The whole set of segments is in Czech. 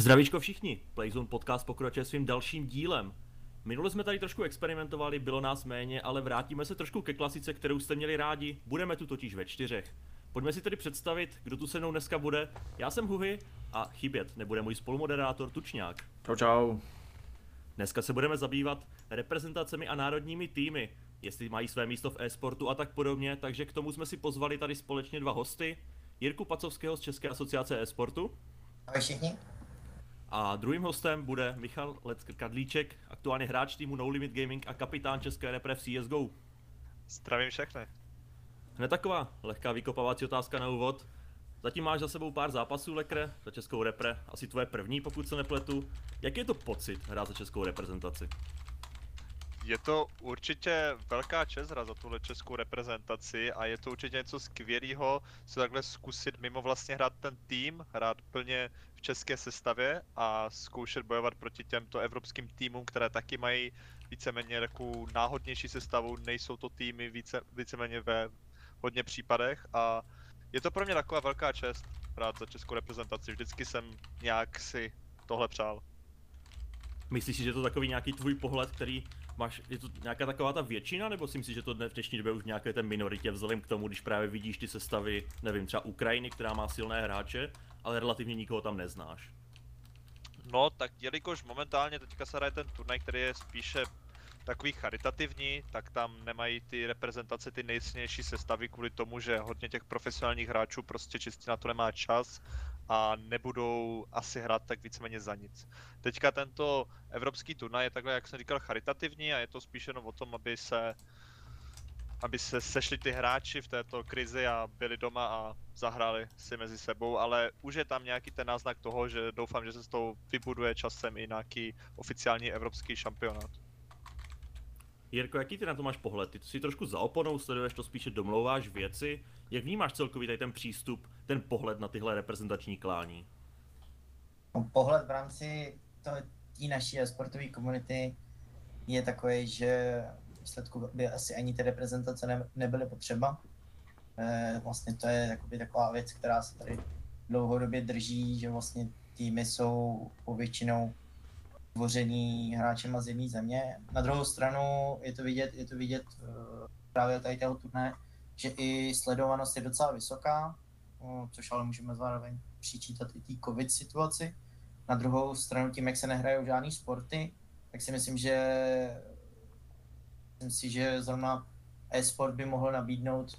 Zdravíčko všichni, Playzone podcast pokračuje svým dalším dílem. Minule jsme tady trošku experimentovali, bylo nás méně, ale vrátíme se trošku ke klasice, kterou jste měli rádi, budeme tu totiž ve 4. Pojďme si tedy představit, kdo tu se mnou dneska bude. Já jsem Huhy a chybět nebude můj spolumoderátor Tučňák. Čau čau. Dneska se budeme zabývat reprezentacemi a národními týmy, jestli mají své místo v e-sportu a tak podobně, takže k tomu jsme si pozvali tady společně dva hosty. Jirku Pacovského z České asociace e-sportu. Ahoj všichni. A druhým hostem bude Michal Kadlíček, aktuálně hráč týmu No Limit Gaming a kapitán české repre v CSGO. Zdravím všechny. Hned taková lehká vykopávací otázka na úvod. Zatím máš za sebou pár zápasů, Lekre, za českou repre, asi tvoje první, pokud se nepletu. Jaký je to pocit hrát za českou reprezentaci? Je to určitě velká čest hrát za tuhle českou reprezentaci a je to určitě něco skvělého se takhle zkusit mimo vlastně hrát ten tým, hrát plně v české sestavě a zkoušet bojovat proti těmto evropským týmům, které taky mají víceméně takovou náhodnější sestavu, nejsou to týmy víceméně ve hodně případech a je to pro mě taková velká čest hrát za českou reprezentaci, vždycky jsem nějak si tohle přál. Myslíš si, že to je takový nějaký tvůj pohled, který máš, je to nějaká taková ta většina, nebo si myslíš, že to v dnešní době už nějaké té minoritě vzhledem k tomu, když právě vidíš ty sestavy, nevím, třeba Ukrajiny, která má silné hráče, ale relativně nikoho tam neznáš? No, tak jelikož momentálně teďka se hraje ten turnaj, který je spíše takový charitativní, tak tam nemají ty reprezentace ty nejsilnější sestavy kvůli tomu, že hodně těch profesionálních hráčů prostě čistě na to nemá čas a nebudou asi hrát tak víceméně za nic. Teďka tento evropský turnaj je takhle, jak jsem říkal, charitativní a je to spíše jenom o tom, aby se sešli ty hráči v této krizi a byli doma a zahráli si mezi sebou, ale už je tam nějaký ten náznak toho, že doufám, že se z toho vybuduje časem i nějaký oficiální evropský šampionát. Jirko, jaký ty na to máš pohled? Ty si trošku za oponou, sleduješ to spíše, domlouváš věci. Jak vnímáš celkový tady ten přístup, ten pohled na tyhle reprezentační klání? Pohled v rámci té naší sportové komunity je takový, že v výsledku by asi ani ty reprezentace nebyly potřeba. Vlastně to je taková věc, která se tady dlouhodobě drží, že vlastně týmy jsou povětšinou tvořený hráčema z jedné země. Na druhou stranu je to vidět právě tady toho turné, že i sledovanost je docela vysoká, což ale můžeme zároveň přičítat i té covid situaci. Na druhou stranu tím, jak se nehrajou žádný sporty, tak si myslím, že zrovna e-sport by mohl nabídnout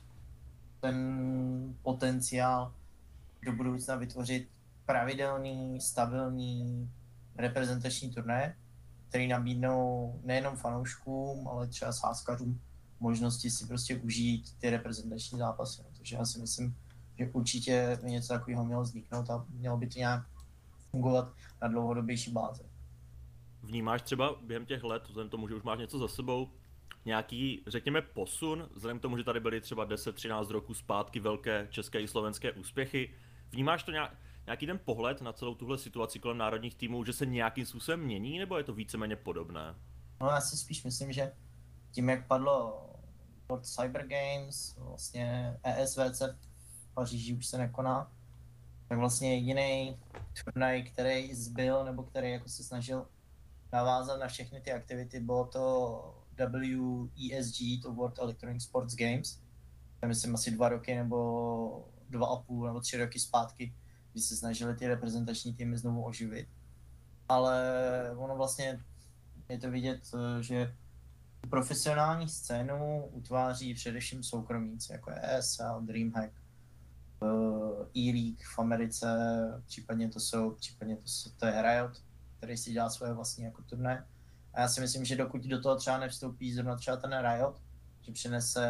ten potenciál do budoucna vytvořit pravidelný, stabilní reprezentační turnaje, který nabídnou nejenom fanouškům, ale třeba sázkařům možnosti si prostě užít ty reprezentační zápasy. Takže já si myslím, že určitě by něco takového mělo vzniknout a mělo by to nějak fungovat na dlouhodobější bázi. Vnímáš třeba během těch let, vzhledem tomu, že už máš něco za sebou, nějaký, řekněme, posun, vzhledem k tomu, že tady byly třeba 10-13 roků zpátky velké české i slovenské úspěchy, vnímáš to nějaký ten pohled na celou tuhle situaci kolem národních týmů, že se nějakým způsobem mění, nebo je to víceméně podobné? No já si spíš myslím, že tím, jak padlo World Cyber Games, vlastně ESVC v Paříži už se nekoná, tak vlastně jediný turnaj, který zbyl, nebo který jako se snažil navázat na všechny ty aktivity, bylo to WESG, to World Electronic Sports Games. To myslím asi 2 roky nebo 2,5 nebo 3 roky zpátky, kdy se snažili ty reprezentační týmy znovu oživit. Ale ono vlastně je to vidět, že profesionální scénu utváří především soukromníci, jako je ESL, DreamHack, E-League v Americe, případně to je Riot, který si dělá svoje vlastní jako turné. A já si myslím, že dokud do toho třeba nevstoupí zrovna třeba ten Riot, že přinese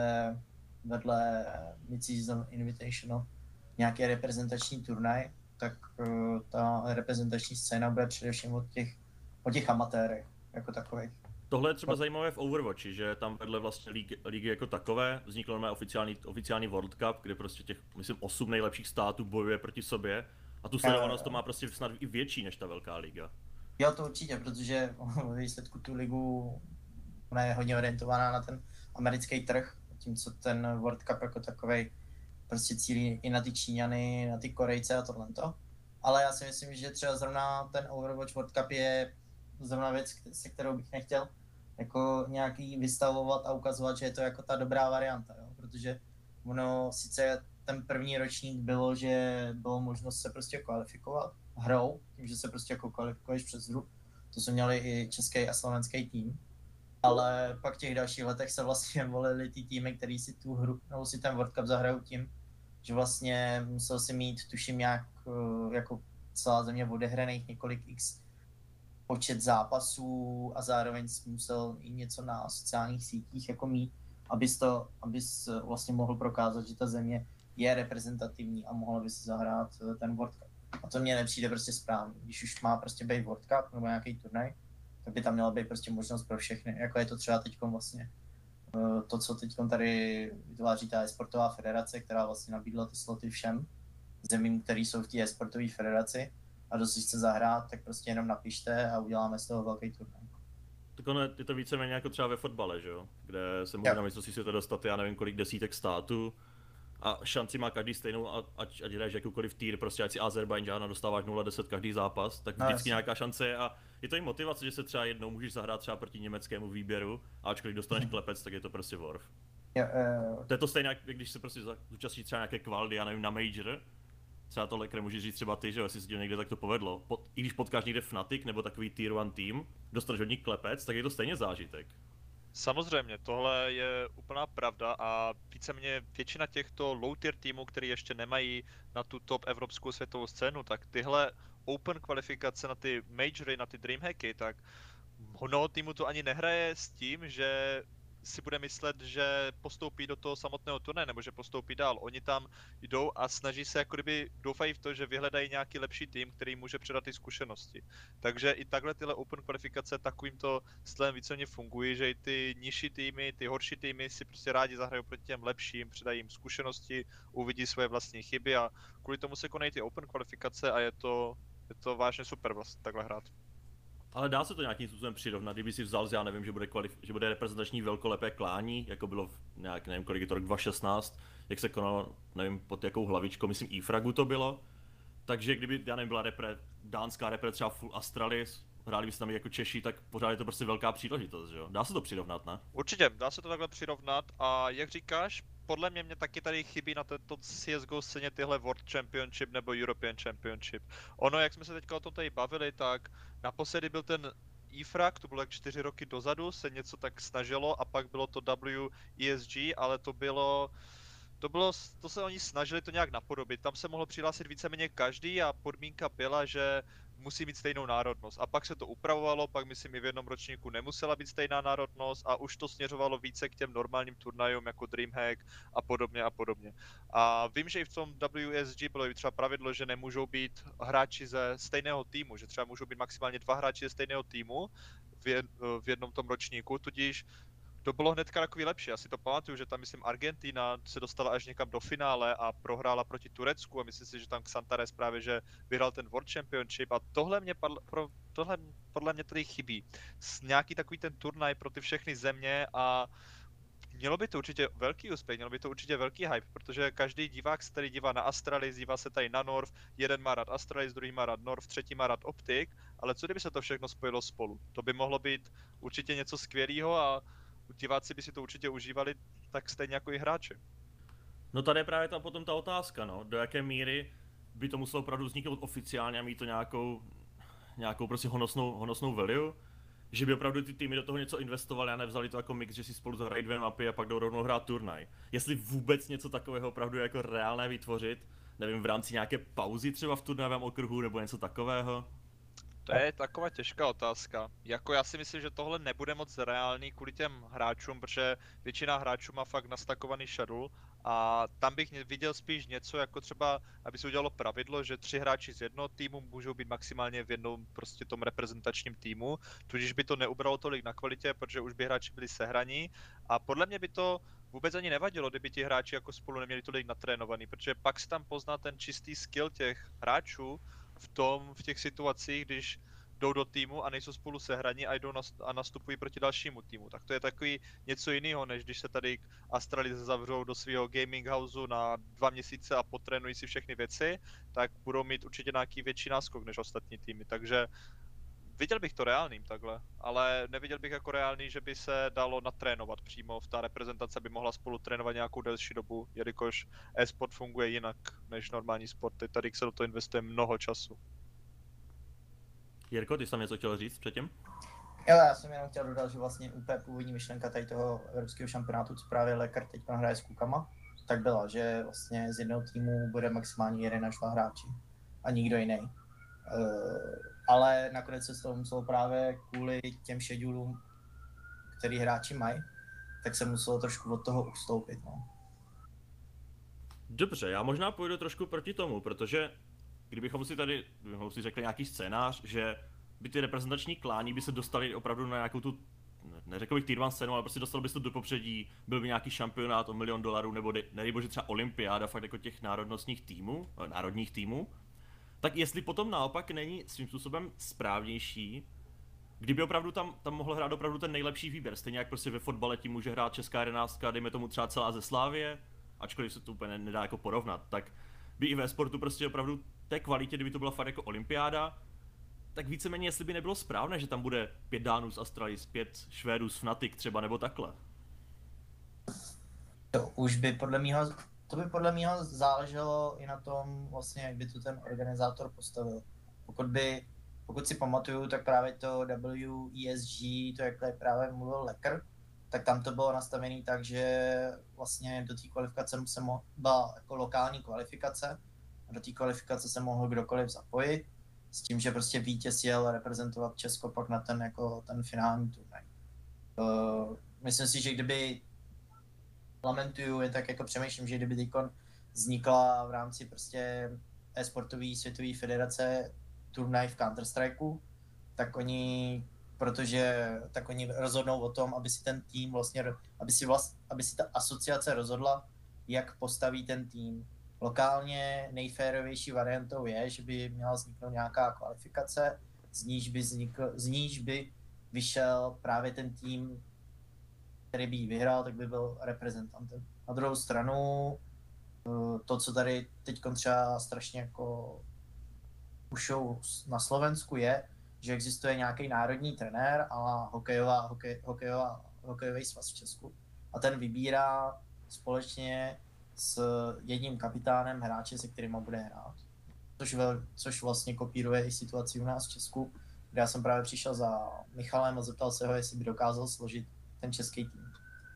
vedle Mid-Season Invitational nějaký reprezentační turnaj, tak ta reprezentační scéna bude především o těch amatérech jako takových. Tohle je třeba zajímavé v Overwatchi, že tam vedle vlastně ligy jako takové vzniklo nové oficiální World Cup, kde prostě těch, myslím, 8 nejlepších států bojuje proti sobě a tu sledovanost to má prostě snad i větší než ta velká liga. Jo, to určitě, protože ve výsledku tu ligu ona je hodně orientovaná na ten americký trh, zatímco ten World Cup jako takovej prostě cílí i na ty Číňany, na ty Korejce a tohle. ale já si myslím, že třeba zrovna ten Overwatch World Cup je zrovna věc, se kterou bych nechtěl jako nějaký vystavovat a ukazovat, že je to jako ta dobrá varianta, jo? Protože ono sice ten první ročník bylo, že bylo možnost se prostě kvalifikovat hrou, tím, že se prostě jako kvalifikuješ přes hru, to jsme měli i český a slovenský tým, ale pak v těch dalších letech se vlastně volili ty týmy, který si tu hru, nebo si ten World Cup zahrajou tím, že vlastně musel si mít, tuším, nějak jako celá země odehraných několik x počet zápasů a zároveň jsi musel i něco na sociálních sítích jako mít, abys vlastně mohl prokázat, že ta země je reprezentativní a mohla by si zahrát ten World Cup. A to mně nepřijde prostě správně. Když už má prostě být World Cup nebo nějaký turnaj, tak by tam měla být prostě možnost pro všechny. Jako je to třeba teďkom vlastně to, co teďkom tady vytváří ta e-sportová federace, která vlastně nabídla ty sloty všem zemím, které jsou v té e-sportové federaci. A kdo si chce zahrát, tak prostě jenom napište a uděláme z toho velký turnaj. Tak ono je to víceméně jako třeba ve fotbale, že jo? Kde se může na mistrovství světa dostat, já nevím kolik desítek států. A šanci má každý stejnou, ať hraješ jakýkoliv týr, prostě ať si Azerbajdžán a dostáváš 0-10 každý zápas, tak vždycky nějaká šance je a je to i motivace, že se třeba jednou můžeš zahrát třeba proti německému výběru a ačkoliv dostaneš klepec, tak je to prostě worth. To je to stejně, jak když se prostě zúčastníš třeba nějaké kvaldy, já nevím, na Major, třeba tohle, které můžeš říct třeba ty, že jestli se ti někde tak to povedlo. I když potkáš někde Fnatic nebo takový tier 1 tým, dostaneš od nich klepec, tak je to stejně zážitek. Samozřejmě, tohle je úplná pravda a víceméně většina těchto low tier týmů, který ještě nemají na tu top evropskou světovou scénu, tak tyhle open kvalifikace na ty majory, na ty dreamhacky, tak mnoho týmu to ani nehraje s tím, že si bude myslet, že postoupí do toho samotného turnaje, nebo že postoupí dál. Oni tam jdou a snaží se, jako kdyby doufají v to, že vyhledají nějaký lepší tým, který může předat ty zkušenosti. Takže i takhle tyhle open kvalifikace takovýmto stylem víceméně fungují, že i ty nižší týmy, ty horší týmy si prostě rádi zahrajou proti těm lepším, předají jim zkušenosti, uvidí svoje vlastní chyby a kvůli tomu se konají ty open kvalifikace a je to vážně super vlastně takhle hrát. Ale dá se to nějakým způsobem přirovnat, kdyby si vzal, já nevím, že bude reprezentační velkolepé klání, jako bylo nějak, nevím kolik je to rok 2016, jak se konalo, nevím pod jakou hlavičkou, myslím IFRAGu to bylo. Takže kdyby, já nevím, byla dánská repre třeba Full Astralis, hráli by se tam jako Češi, tak pořád je to prostě velká příležitost, že jo? Dá se to přirovnat, ne? Určitě, dá se to takhle přirovnat a jak říkáš, podle mě taky tady chybí na této CSGO scéně tyhle World Championship nebo European Championship. Ono, jak jsme se teďka o tom tady bavili, tak naposledy byl ten IFRAG, to bylo jak 4 roky dozadu, se něco tak snažilo a pak bylo to WESG, ale to se oni snažili to nějak napodobit. Tam se mohlo přihlásit víceméně každý a podmínka byla, že musí mít stejnou národnost. A pak se to upravovalo, pak myslím i v jednom ročníku nemusela být stejná národnost a už to směřovalo více k těm normálním turnajům jako Dreamhack a podobně a podobně. A vím, že i v tom WSG bylo třeba pravidlo, že nemůžou být hráči ze stejného týmu, že třeba můžou být maximálně 2 hráči ze stejného týmu v jednom tom ročníku, tudíž to bylo hnedka takový lepší. Já si to pamatuju, že tam, myslím, Argentina se dostala až někam do finále a prohrála proti Turecku a myslím si, že tam Xantares právě, že vyhrál ten World Championship a tohle podle mě tady chybí. Nějaký takový ten turnaj pro ty všechny země a mělo by to určitě velký úspěch, mělo by to určitě velký hype, protože každý divák se tady dívá na Astralis, dívá se tady na North, jeden má rád Astralis, druhý má rád North, třetí má rád Optic, ale co kdyby se to všechno spojilo spolu? To by mohlo být určitě něco skvělého a diváci by si to určitě užívali tak stejně jako i hráči. No tady je právě potom ta otázka, no, do jaké míry by to muselo opravdu vzniknout oficiálně a mít to nějakou prostě honosnou value, že by opravdu ty týmy do toho něco investovali a nevzali to jako mix, že si spolu zahrají 2 mapy a pak jdou rovnou hrát turnaj. Jestli vůbec něco takového opravdu je jako reálné vytvořit, nevím, v rámci nějaké pauzy třeba v turnajovém okruhu nebo něco takového. To je taková těžká otázka. Jako já si myslím, že tohle nebude moc reálný kvůli těm hráčům, protože většina hráčů má fakt nastakovaný schedule a tam bych viděl spíš něco jako třeba, aby se udělalo pravidlo, že 3 hráči z jednoho týmu můžou být maximálně v jednom prostě tom reprezentačním týmu, tudíž by to neubralo tolik na kvalitě, protože už by hráči byli sehraní a podle mě by to vůbec ani nevadilo, kdyby ti hráči jako spolu neměli tolik natrénovaný, protože pak se tam pozná ten čistý skill těch hráčů v těch situacích, když jdou do týmu a nejsou spolu sehraní a a nastupují proti dalšímu týmu. Tak to je takový něco jiného, než když se tady Astralis zavřou do svého gaming houseu na 2 měsíce a potrénují si všechny věci, tak budou mít určitě nějaký větší náskok než ostatní týmy. Takže viděl bych to reálným takhle, ale neviděl bych jako reálný, že by se dalo natrénovat přímo, ta reprezentace by mohla spolu trénovat nějakou delší dobu, jelikož e-sport funguje jinak než normální sporty, tady se do toho investuje mnoho času. Jirko, ty jsi tam něco chtěl říct předtím? Jo, já jsem jenom chtěl dodat, že vlastně úplně původní myšlenka tady toho evropského šampionátu, co právě Lekr teď hraje s klukama, tak byla, že vlastně z jednoho týmu bude maximálně 1 až 2 hráči a nikdo jiný. Ale nakonec se z toho muselo právě kvůli těm schedulům, který hráči mají, tak se muselo trošku od toho ustoupit. No. Dobře, já možná půjdu trošku proti tomu, protože kdybychom si řekli nějaký scénář, že by ty reprezentační kláni by se dostali opravdu na nějakou tu, neřekl bych tier 1 scénu, ale prostě dostal by se to do popředí, byl by nějaký šampionát o $1 milion, nebo nedej bože třeba olympiáda fakt jako těch národních týmů, tak jestli potom naopak není svým způsobem správnější, kdyby opravdu tam mohl hrát opravdu ten nejlepší výběr, stejně jak prostě ve fotbale tím může hrát česká 11, dejme tomu třeba celá ze Slávie, ačkoliv se to úplně nedá jako porovnat, tak by i ve sportu prostě opravdu té kvalitě, kdyby to byla fakt jako olympiáda, tak víceméně jestli by nebylo správné, že tam bude 5 Dánů z Astralis, 5 Švédů z Fnatic třeba nebo takhle. To by podle mýho záleželo i na tom vlastně, jak by to ten organizátor postavil. Pokud si pamatuju, tak právě to WESG, to jak tady právě mluvil Lekr, tak tam to bylo nastavené tak, že vlastně do té kvalifikace byla jako lokální kvalifikace a do té kvalifikace se mohl kdokoliv zapojit s tím, že prostě vítěz jel reprezentovat Česko pak na ten finální turnaj. Myslím si, že kdyby lamentuju, jen tak jako přemýšlím, že kdyby teďkon vznikla v rámci prostě e-sportové světové federace turnaj v Counter-Strikeu, tak oni rozhodnou o tom, aby si ten tým vlastně, aby si ta asociace rozhodla, jak postaví ten tým. Lokálně nejférovější variantou je, že by měla vzniknout nějaká kvalifikace, z níž by vyšel právě ten tým, který by ji vyhrál, tak by byl reprezentantem. Na druhou stranu, to, co tady teď třeba strašně jako ušou na Slovensku je, že existuje nějaký národní trenér a hokejový svaz v Česku. A ten vybírá společně s jedním kapitánem hráče, se kterýma bude hrát. Což vlastně kopíruje i situaci u nás v Česku, kde já jsem právě přišel za Michalem a zeptal se ho, jestli by dokázal složit ten český tým.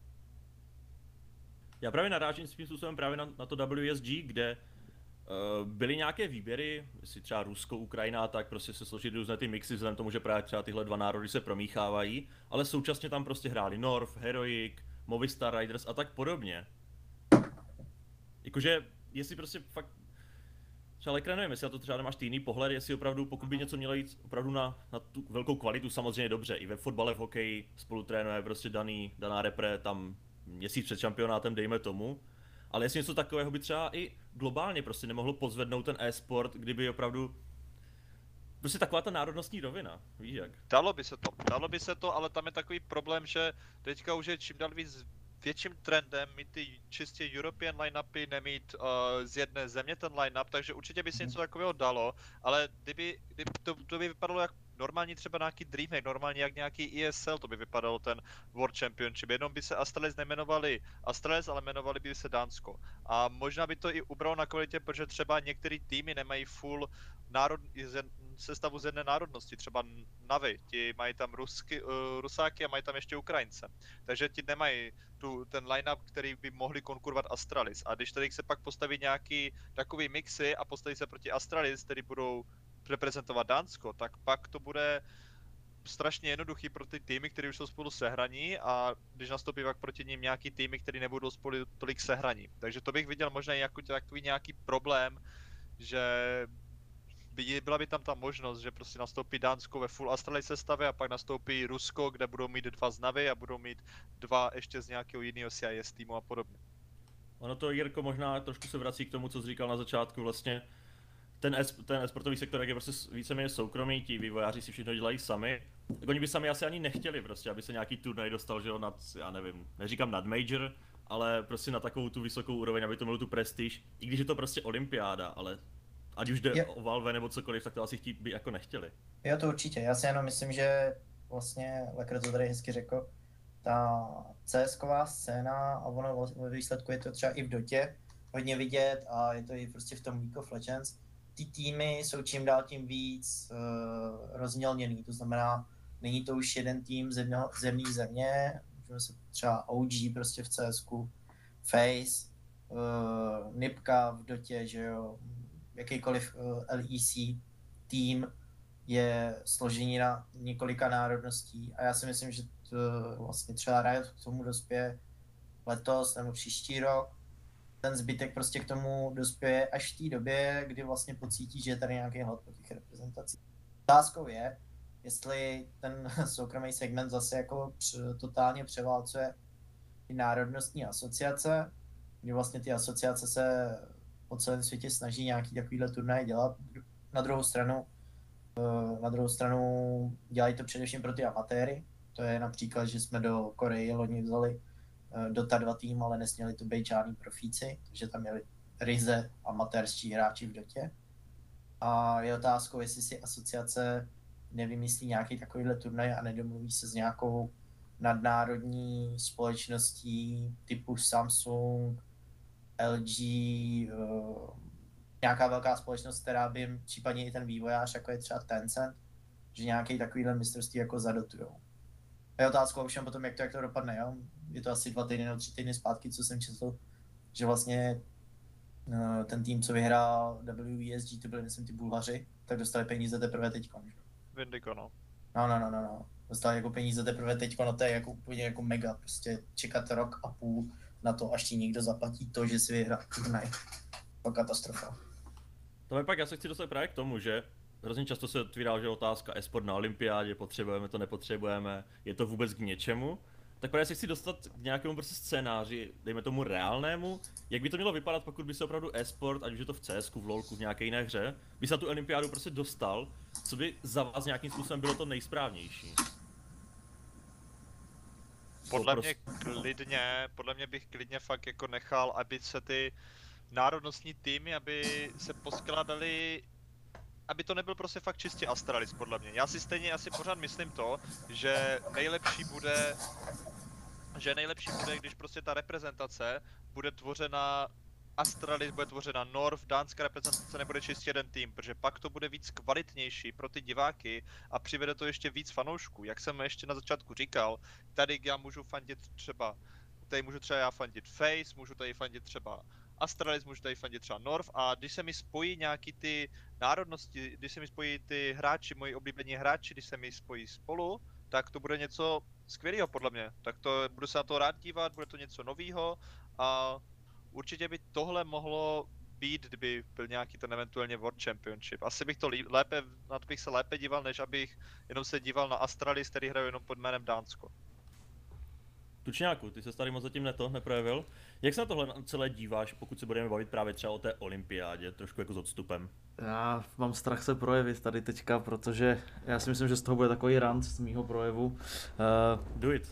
Já právě narážím svým způsobem právě na to WSG, kde byly nějaké výběry, jestli třeba Rusko, Ukrajina, tak prostě se složit různé ty mixy, vzhledem tomu, že právě třeba tyhle dva národy se promíchávají, ale současně tam prostě hráli North, Heroic, Movistar Riders a tak podobně. Jakože, jestli prostě fakt, třeba Lekra, nevím, jestli na to třeba nemáš ty jiný pohled, jestli opravdu, pokud by něco mělo jít opravdu na tu velkou kvalitu, samozřejmě dobře, i ve fotbale, v hokeji spolu trénuje prostě daná repre tam měsíc před šampionátem, dejme tomu. Ale jestli něco takového by třeba i globálně prostě nemohlo pozvednout ten e-sport, kdyby opravdu prostě taková ta národnostní rovina, víš jak? Dalo by se to, ale tam je takový problém, že teďka už je čím dál víc větším trendem mít ty čistě European line-upy, nemít z jedné země ten line-up, takže určitě by se něco takového dalo, ale kdyby to by vypadalo jak normální třeba nějaký Dreamhack, normálně jak nějaký ESL, to by vypadalo ten World Championship, jenom by se Astralis nejmenovali Astralis, ale jmenovali by se Dánsko. A možná by to i ubralo na kvalitě, protože třeba některé týmy nemají full sestavu z jedné národnosti, třeba Navy, ti mají tam Rusáky a mají tam ještě Ukrajince. Takže ti nemají ten line-up, který by mohli konkurovat Astralis. A když tady se pak postaví nějaký takový mixy a postaví se proti Astralis, který budou reprezentovat Dánsko, tak pak to bude strašně jednoduchý pro ty týmy, které už jsou spolu sehraní a když nastoupí pak proti ním nějaký týmy, které nebudou spolu tolik sehraní. Takže to bych viděl možná jako takový nějaký problém, že byla by tam ta možnost, že prostě nastoupí Dánsko ve full Astralis sestavě a pak nastoupí Rusko, kde budou mít 2 z Navy a budou mít 2 ještě z nějakého jiného CIS týmu a podobně. Ono to, Jirko, možná trošku se vrací k tomu, co jsi říkal na začátku vlastně. ten e-sportový sektor, jak je prostě víceméně soukromý, ti vývojáři si všechno dělají sami, tak oni by sami asi ani nechtěli prostě, aby se nějaký turnaj dostal, že jo, nad, já nevím, neříkám nad major, ale prostě na takovou tu vysokou úroveň, aby to mělo tu prestiž, i když je to prostě olympiáda, ale ať už jde o Valve nebo cokoliv, tak to asi chtít by jako nechtěli. Jo, to určitě, já si jenom myslím, že vlastně, Lekr to tady hezky řekl, ta CS-ková scéna a ono ve výsledku je to třeba i v Dotě hodně vidět a je to i prostě v tom League of Legends. Ty týmy jsou čím dál tím víc rozmělněný, to znamená, není to už jeden tým z jedné země, můžeme se třeba OG prostě v CSku, FaZe, Nipka v Dotě, že jo, jakýkoliv LEC tým je složení na několika národností a já si myslím, že to vlastně třeba Riot k tomu dospěje letos nebo příští rok. Ten zbytek prostě k tomu dospěje až v té době, kdy vlastně pocítí, že je tady nějaký hlad po těch reprezentacích. Otázkou je, jestli ten soukromý segment zase jako totálně převálcuje ty národnostní asociace, kdy vlastně ty asociace se po celém světě snaží nějaký takovýhle turnaje dělat. Na druhou stranu dělají to především pro ty amatéry. To je například, že jsme do Koreje loni vzali Dota 2 tým, ale nesměli to být žádný profíci, takže tam měli ryze amatérští hráči v Dotě. A je otázkou, jestli si asociace nevymyslí nějaký takovýhle turnaj a nedomluví se s nějakou nadnárodní společností typu Samsung, LG, nějaká velká společnost, která by jim, případně i ten vývojář, jako je třeba Tencent, že nějaký takovýhle mistrovství jako zadotujou. Je otázkou ovšem potom, jak to dopadne, jo? Je to asi 2 týdny nebo 3 týdny zpátky, co jsem četl, že vlastně ten tým, co vyhrál WESG, to byli myslím ty Bulhaři, tak dostali peníze teprve teďko. Vindigo, no. No. Dostali jako peníze teprve teďko, no to je jako úplně jako mega, prostě čekat rok a půl na to, až ti někdo zaplatí to, že si vyhrál turnaj. To katastrofa. To je pak, já se chci dostat právě k tomu, že hrozně často se otvírá, že otázka e-sport na olympiádě, potřebujeme to, nepotřebujeme, je to vůbec k něčemu. Tak právě se chci dostat k nějakému prostě scénáři, dejme tomu reálnému, jak by to mělo vypadat, pokud by se opravdu e-sport, ať už je to v CSku, v LoLku, v nějaké jiné hře, by se na tu olympiádu prostě dostal, co by za vás nějakým způsobem bylo to nejsprávnější? Podle mě bych klidně fakt jako nechal, aby se ty národnostní týmy, aby se poskládali, aby to nebyl prostě fakt čistě Astralis, podle mě. Já si stejně asi pořád myslím to, že nejlepší bude, když prostě ta reprezentace bude tvořena Astralis, bude tvořena North, dánská reprezentace nebude čistě jeden tým, protože pak to bude víc kvalitnější pro ty diváky a přivede to ještě víc fanoušků. Jak jsem ještě na začátku říkal, tady já můžu fandit třeba, tady můžu třeba já fandit FaZe, můžu tady fandit třeba Astralis, můžu tady fandit třeba North a když se mi spojí nějaký ty národnosti, když se mi spojí ty hráči, moji oblíbení hráči, když se mi spojí spolu, tak to bude něco skvělého podle mě. Tak to budu se na to rád dívat, bude to něco nového a určitě by tohle mohlo být, kdyby byl nějaký ten eventuálně World Championship. Asi bych to na to bych se lépe díval, než abych jenom se díval na Astralis, který hraje jenom pod jménem Dánsko. Tučňáku, ty se tady moc zatím neprojevil. Jak se na tohle celé díváš, pokud se budeme bavit právě třeba o té olympiádě, trošku jako s odstupem? Já mám strach se projevit tady teďka, protože já si myslím, že z toho bude takový rant z mýho projevu. Do it.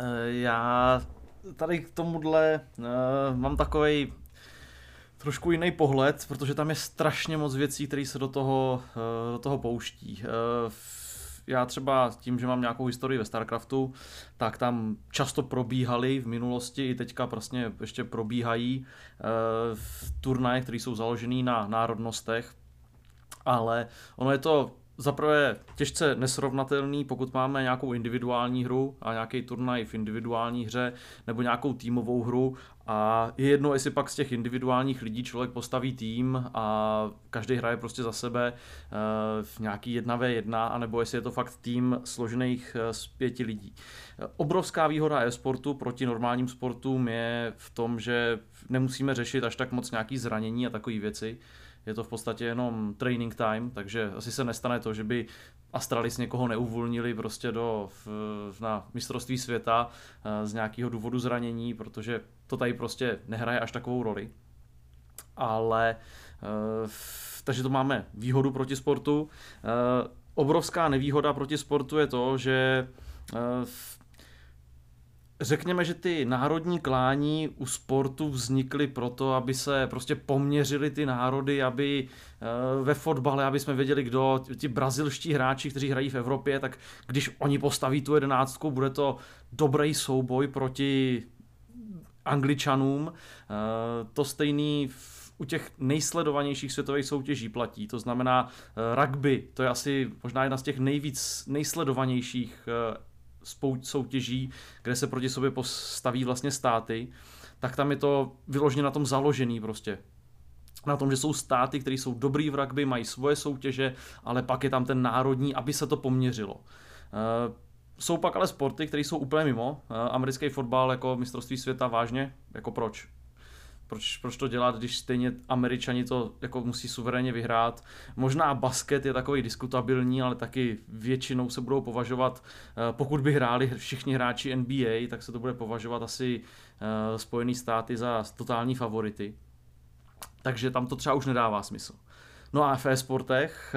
Já tady k tomuhle mám takovej trošku jiný pohled, protože tam je strašně moc věcí, které se do toho pouští. Já třeba tím, že mám nějakou historii ve StarCraftu, tak tam často probíhaly v minulosti, i teďka prostě ještě probíhají turnaje, které jsou založené na národnostech, ale ono je to zaprvé těžce nesrovnatelný, pokud máme nějakou individuální hru a nějaký turnaj v individuální hře nebo nějakou týmovou hru a je jedno, jestli pak z těch individuálních lidí člověk postaví tým a každý hraje prostě za sebe v nějaký 1v1, anebo jestli je to fakt tým složených z 5 lidí. Obrovská výhoda e-sportu proti normálním sportům je v tom, že nemusíme řešit až tak moc nějaký zranění a takové věci. Je to v podstatě jenom training time, takže asi se nestane to, že by Astralis někoho neuvolnili prostě na mistrovství světa z nějakého důvodu zranění, protože to tady prostě nehraje až takovou roli. ale takže to máme výhodu proti sportu. Obrovská nevýhoda proti sportu je to, že řekněme, že ty národní klání u sportu vznikly proto, aby se prostě poměřily ty národy, aby ve fotbale, aby jsme věděli, kdo ti brazilští hráči, kteří hrají v Evropě, tak když oni postaví tu 11, bude to dobrý souboj proti Angličanům. To stejný u těch nejsledovanějších světových soutěží platí. To znamená rugby, to je asi možná jedna z těch nejsledovanějších soutěží, kde se proti sobě postaví vlastně státy, tak tam je to vyloženě na tom založený prostě. Na tom, že jsou státy, které jsou dobrý v rugby, mají svoje soutěže, ale pak je tam ten národní, aby se to poměřilo. Jsou pak ale sporty, které jsou úplně mimo. Americký fotbal jako mistrovství světa vážně, jako proč? Proč to dělat, když stejně Američani to jako musí suverénně vyhrát. Možná basket je takový diskutabilní, ale taky většinou se budou považovat, pokud by hráli všichni hráči NBA, tak se to bude považovat asi Spojený státy za totální favority. Takže tam to třeba už nedává smysl. No a v e-sportech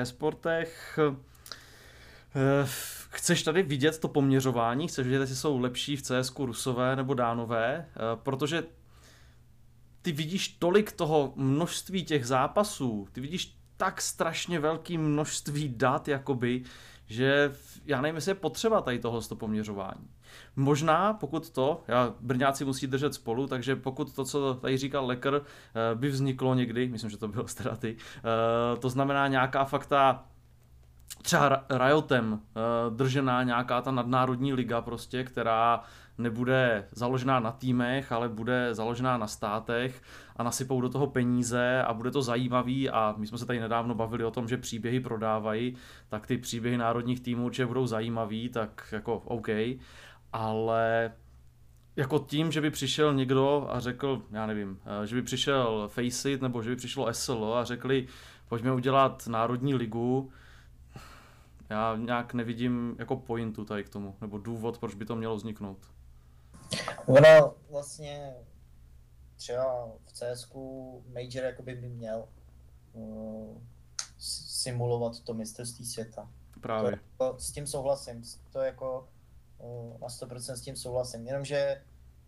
chceš tady vidět to poměřování, chceš vidět, jestli jsou lepší v CSku Rusové nebo Dánové, protože ty vidíš tolik toho množství těch zápasů, ty vidíš tak strašně velké množství dat, jakoby, že já nevím, jestli je potřeba tady tohle poměřování. Možná, pokud Brňáci musí držet spolu, takže pokud to, co tady říkal Lekr, by vzniklo někdy, myslím, že to bylo teda ty, to znamená nějaká fakta, třeba Riotem držená nějaká ta nadnárodní liga prostě, která nebude založená na týmech, ale bude založená na státech a nasypou do toho peníze a bude to zajímavý a my jsme se tady nedávno bavili o tom, že příběhy prodávají, tak ty příběhy národních týmů určitě budou zajímavý, tak jako OK, ale jako tím, že by přišel někdo a řekl, já nevím, že by přišel Faceit nebo že by přišlo SLO a řekli, pojďme udělat národní ligu, já nějak nevidím jako pointu tady k tomu, nebo důvod, proč by to mělo vzniknout. Ono vlastně třeba v CSku Major jakoby by měl simulovat to mistrovství světa. Právě. To, s tím souhlasím, to jako na 100% s tím souhlasím, jenomže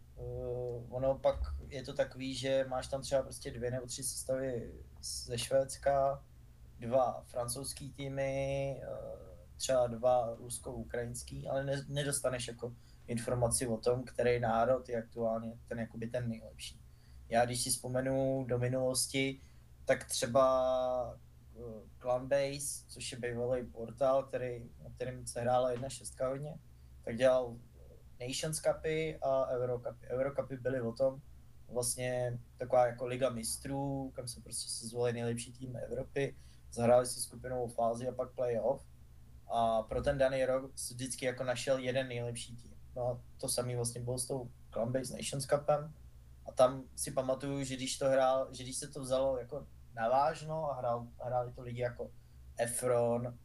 ono pak je to takový, že máš tam třeba prostě 2 nebo 3 sestavy ze Švédska, 2 francouzský týmy, třeba 2 rusko-ukrajinský, ale nedostaneš jako informaci o tom, který národ je aktuálně ten nejlepší. Já když si vzpomenu do minulosti, tak třeba Clanbase, což je bývalý portál, na kterým se hrála 1.6 hodně, tak dělal Nations Cupy a Eurocupy. Eurocupy byly o tom, vlastně taková jako liga mistrů, kam se prostě sezvali nejlepší týmy Evropy, zahráli si skupinovou fázi a pak playoff. A pro ten daný rok se vždycky jako našel jeden nejlepší tým. No a to samý vlastně bylo s tou Clanbase Nations Cupem. A tam si pamatuju, že když se to vzalo jako navážno a hráli to lidi jako Efron,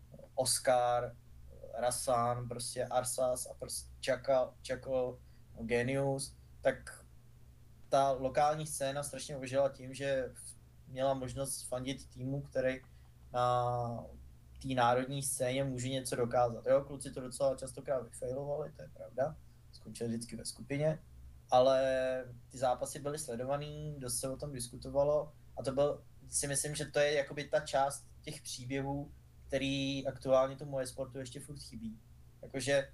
Oscar, Rasan, prostě Arsas a prostě Čako, Genius, tak ta lokální scéna strašně uvažovala tím, že měla možnost fandit týmu, který na té národní scéně může něco dokázat. Jo, kluci to docela častokrát vyfailovali, to je pravda, skončili vždycky ve skupině, ale ty zápasy byly sledovaný, dost se o tom diskutovalo a si myslím, že to je jakoby ta část těch příběhů, který aktuálně tomu e-sportu ještě furt chybí. Jakože,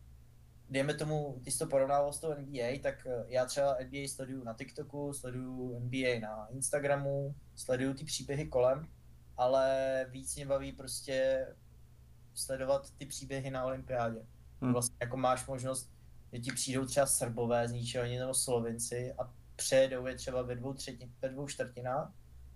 dejme tomu, ty jsi to porovnával s tou NBA, tak já třeba NBA sleduju na TikToku, sleduju NBA na Instagramu, sleduju ty příběhy kolem, ale víc mě baví prostě sledovat ty příběhy na olympiádě. Vlastně jako máš možnost, že ti přijdou třeba Srbové z ničeho nebo Slovinci a přejedou je třeba ve 2 čtvrtinách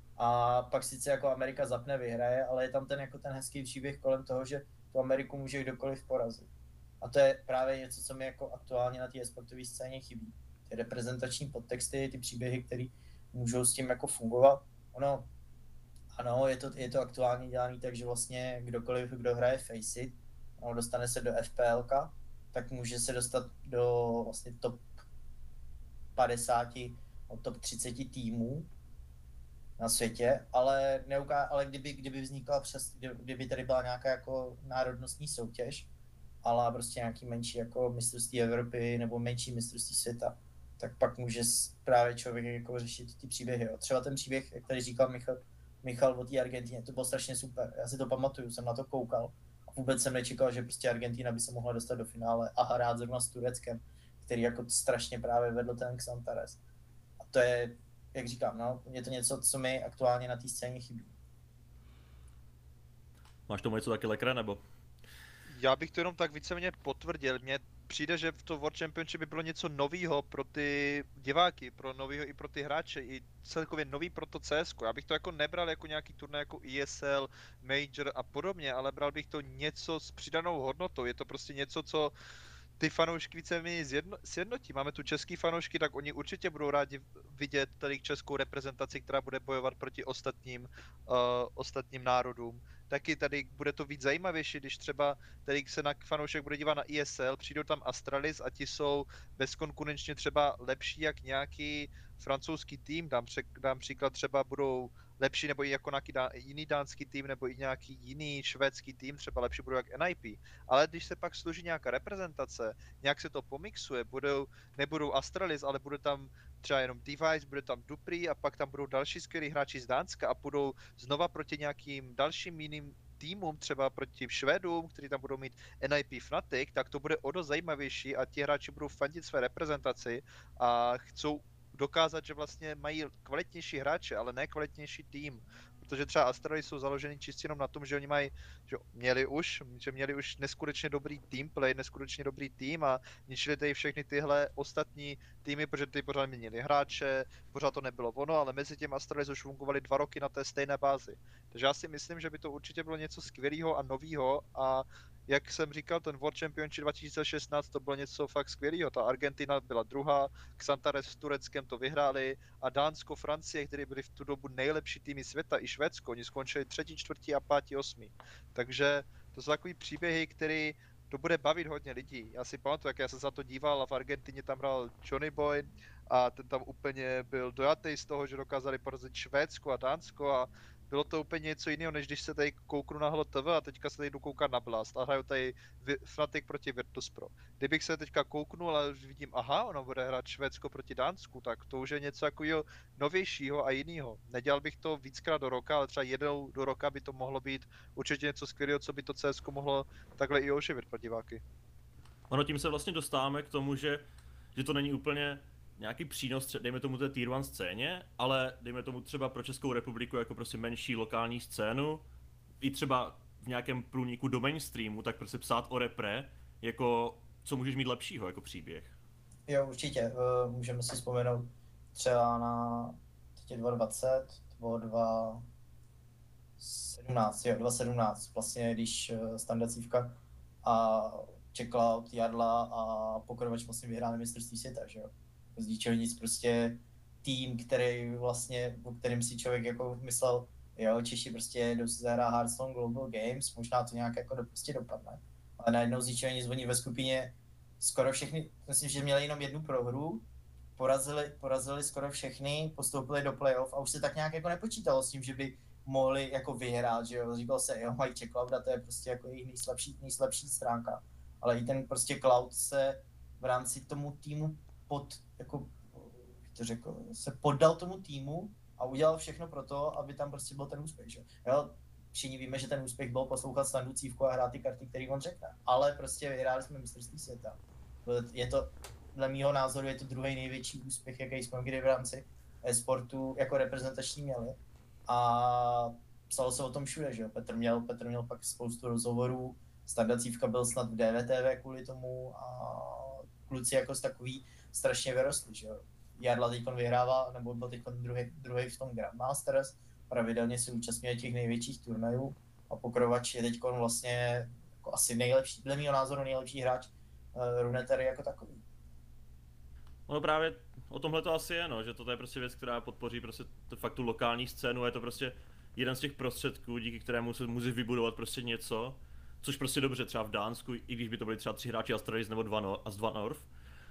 a pak sice jako Amerika zapne, vyhraje, ale je tam ten hezký příběh kolem toho, že tu Ameriku může kdokoliv porazit. A to je právě něco, co mi jako aktuálně na té e-sportové scéně chybí. Ty reprezentační podtexty, ty příběhy, které můžou s tím jako fungovat. Ano, je to aktuálně dělaný tak, že vlastně kdokoliv, kdo hraje Faceit, dostane se do FPLka, tak může se dostat do vlastně top 50, top 30 týmů na světě, ale, ale kdyby vznikla kdyby tady byla nějaká jako národnostní soutěž, ale prostě nějaký menší jako mistrovství Evropy nebo menší mistrovství světa, tak pak může právě člověk jako řešit ty příběhy. Jo. Třeba ten příběh, jak tady říkal Michal o té Argentině, to bylo strašně super. Já si to pamatuju, jsem na to koukal a vůbec jsem nečekal, že prostě Argentina by se mohla dostat do finále a hrát zrovna s Tureckem, který jako strašně právě vedl ten Xantares. A to je, jak říkám, no, je to něco, co mi aktuálně na té scéně chybí. Máš tomu něco taky lekre, nebo? Já bych to jenom tak víceméně potvrdil. Mně přijde, že v to World Championship by bylo něco novýho pro ty diváky, pro novýho i pro ty hráče, i celkově nový pro to CS. Já bych to jako nebral jako nějaký turnaj jako ESL, Major a podobně, ale bral bych to něco s přidanou hodnotou. Je to prostě něco, co ty fanoušky víceméně sjednotí. Máme tu český fanoušky, tak oni určitě budou rádi vidět tady českou reprezentaci, která bude bojovat proti ostatním národům. Taky tady bude to víc zajímavější, když třeba tady se na fanoušek bude dívat na ESL, přijdou tam Astralis a ti jsou bezkonkurenčně třeba lepší jak nějaký francouzský tým, dám příklad, třeba budou lepší nebo i jako nějaký jiný dánský tým nebo i nějaký jiný švédský tým, třeba lepší budou jak NIP. Ale když se pak složí nějaká reprezentace, nějak se to pomixuje, nebudou Astralis, ale bude tam třeba jenom Device, bude tam Dupree a pak tam budou další skvělí hráči z Dánska a půjdou znova proti nějakým dalším jiným týmům, třeba proti Švédům, kteří tam budou mít NIP Fnatic, tak to bude o dost zajímavější a ti hráči budou fandit své reprezentaci a chcou dokázat, že vlastně mají kvalitnější hráče, ale ne kvalitnější tým. Protože třeba Astralis jsou založeny čistě jenom na tom, že oni měli už neskutečně dobrý teamplay, neskutečně dobrý tým a ničili tady všechny tyhle ostatní týmy, protože ty pořád měnili hráče, pořád to nebylo ono, ale mezi těmi Astralis už fungovali 2 roky na té stejné bázi. Takže já si myslím, že by to určitě bylo něco skvělého a nového a jak jsem říkal, ten World Championship 2016 to bylo něco fakt skvělého. Ta Argentina byla druhá, Xantares s Tureckem to vyhráli a Dánsko, Francie, které byly v tu dobu nejlepší týmy světa, i Švédsko, oni skončili 3., 4. a 5., 8. Takže to jsou takový příběhy, který to bude bavit hodně lidí. Já si pamatuju, jak já jsem za to díval a v Argentině tam hrál Johnny Boy a ten tam úplně byl dojatý z toho, že dokázali porazit Švédsko a Dánsko a bylo to úplně něco jiného, než když se tady kouknu na HLTV a teďka se tady jdu koukat na Blast a hraju tady Fnatic proti Virtus.pro. Kdybych se teďka kouknul a vidím, aha, ono bude hrát Švédsko proti Dánsku, tak to už je něco takového novějšího a jiného. Nedělal bych to víckrát do roka, ale třeba jednou do roka by to mohlo být určitě něco skvělého, co by to CS mohlo takhle i oživit pro diváky. Ono tím se vlastně dostáváme k tomu, že to není úplně nějaký přínos, dejme tomu té tier 1 scéně, ale dejme tomu třeba pro Českou republiku jako prostě menší lokální scénu, i třeba v nějakém průniku do mainstreamu, tak prostě psát o repre, jako co můžeš mít lepšího jako příběh. Jo, určitě. Můžeme si vzpomenout třeba na teď je 2020, nebo 2017, vlastně když Standardcívka a Checkloud, Jarla a Pokrovač vlastně vyhráli mistrovství světa, že jo. Z ničeho nic prostě tým, který vlastně, o kterým si člověk jako myslel, jo, Češi prostě jdou si zahrát Hearthstone Global Games, možná to nějak jako prostě dopadne. Ale najednou z ničeho nic, oni ve skupině skoro všechny, myslím, že měli jenom jednu prohru, porazili skoro všechny, postoupili do playoff a už se tak nějak jako nepočítalo s tím, že by mohli jako vyhrát, že jo, říkal se, jo, mají Checklouda, to je prostě jako jejich nejslabší stránka, ale i ten prostě Cloud se v rámci tomu týmu se poddal tomu týmu a udělal všechno pro to, aby tam prostě byl ten úspěch, že jo. Všichni víme, že ten úspěch byl poslouchat Standu Cívku a hrát ty karty, které on řekne, ale prostě vyhráli jsme mistrovství světa. Je to, dle mýho názoru, je to druhý největší úspěch, jaký jsme kdy v rámci e-sportu jako reprezentační měli. A psalo se o tom všude, že jo. Petr měl pak spoustu rozhovorů, Standa Cívka byl snad v DVTV kvůli tomu a kluci jako takový strašně vyrostli, že jo. Jarla teďkon vyhrává, nebo byl teďkon druhý v tom Grandmasters, pravidelně se účastňuje těch největších turnajů a Pokrovač je teďkon vlastně jako asi nejlepší, dle mýho názoru nejlepší hráč Runeterry jako takový. No právě o tomhle to asi je, no, že to je prostě věc, která podpoří prostě fakt tu lokální scénu, je to prostě jeden z těch prostředků, díky kterému se může vybudovat prostě něco, což prostě dobře třeba v Dánsku, i když by to byly třeba 3 hráči Astralis nebo 2 North,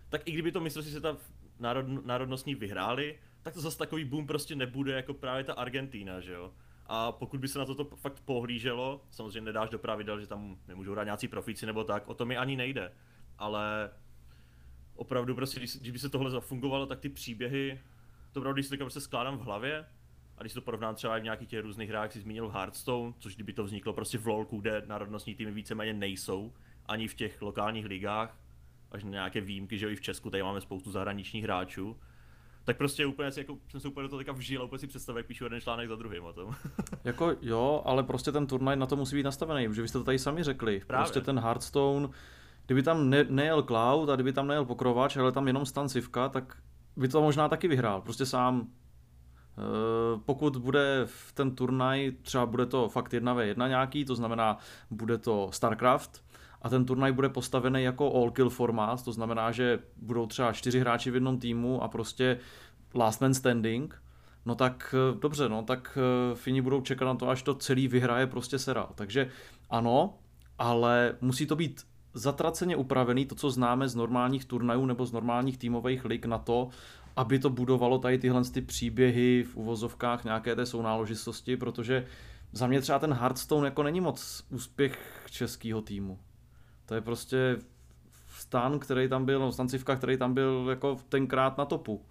tak i kdyby to mistrovství světa národnostní vyhráli, tak to zase takový boom prostě nebude jako právě ta Argentína, že jo. A pokud by se na toto fakt pohlíželo, samozřejmě nedáš do pravidel, že tam nemůžou hrát nějací profíci nebo tak, o to mi ani nejde. Ale opravdu prostě, když by se tohle zafungovalo, tak ty příběhy, to opravdu, když si to prostě skládám v hlavě, a když to porovnám třeba i v nějakých těch různých hrách, jak jsi zmínil v Hearthstone, což kdyby to vzniklo prostě v LoLku, kde národnostní týmy víceméně nejsou, ani v těch lokálních ligách, až na nějaké výjimky, že jo, i v Česku tady máme spoustu zahraničních hráčů, tak prostě úplně jako, jsem se úplně do toho teďka vžil a úplně si představil, jak píšu jeden článek za druhým o tom. Jako jo, ale prostě ten turnaj na to musí být nastavený, protože vy jste to tady sami řekli. Právě. Prostě ten Hearthstone, kdyby tam nejel Cloud a kdyby tam nejel Pokrovač, ale tam jenom Stan Cifka, tak by to možná taky vyhrál, prostě sám. Pokud bude v ten turnaj, třeba bude to fakt 1v1 nějaký, to znamená, bude to StarCraft, a ten turnaj bude postavený jako all-kill formát, to znamená, že budou třeba 4 hráči v jednom týmu a prostě last man standing, no tak dobře, no tak Fini budou čekat na to, až to celý vyhraje prostě Serral. Takže ano, ale musí to být zatraceně upravený, to, co známe z normálních turnajů nebo z normálních týmových lig na to, aby to budovalo tady tyhle ty příběhy v uvozovkách nějaké té sounáležitosti, protože za mě třeba ten Hearthstone jako není moc úspěch českého týmu. To je prostě Stan, který tam byl, no Stan Cifka, který tam byl jako tenkrát na topu.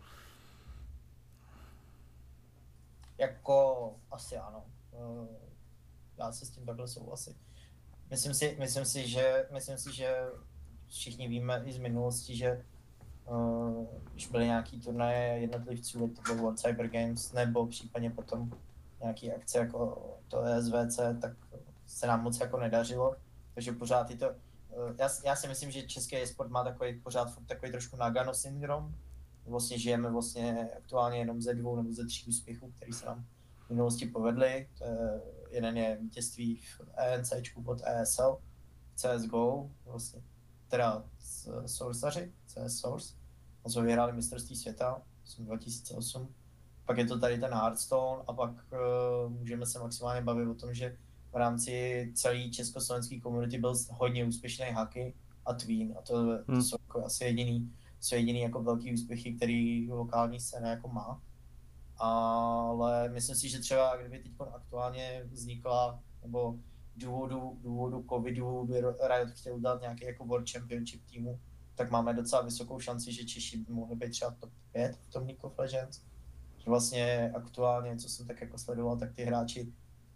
Jako asi ano. Já se s tím takhle souhlasím. Myslím si, že všichni víme i z minulosti, že když byly nějaký turnaje jednotlivců, to bylo World Cyber Games, nebo případně potom nějaký akce jako to ESVC, tak se nám moc jako nedařilo. Takže pořád je to, já si myslím, že český e-sport má pořád takový trošku Nagano syndrom. Vlastně žijeme vlastně aktuálně jenom ze 2 nebo ze 3 úspěchů, které se nám v minulosti povedly. Jeden je vítězství v ENCčku pod ESL, CSGO, vlastně, teda Sourceři, CS Source, a jsme vyhráli mistrovství světa, 2008. Pak je to tady ten Hearthstone a pak můžeme se maximálně bavit o tom, že v rámci celé československé komunity byl hodně úspěšný Haky a Tween a to jsou jako asi jediný jako velký úspěchy, který lokální scéna jako má. Ale myslím si, že třeba kdyby teď aktuálně vznikla, nebo důvodu covidu by Riot chtěl dát nějaký jako World Championship týmu, tak máme docela vysokou šanci, že Češi by mohli být třeba top 5 v tom League of Legends. Že vlastně aktuálně, co jsem tak jako sledoval, tak ty hráči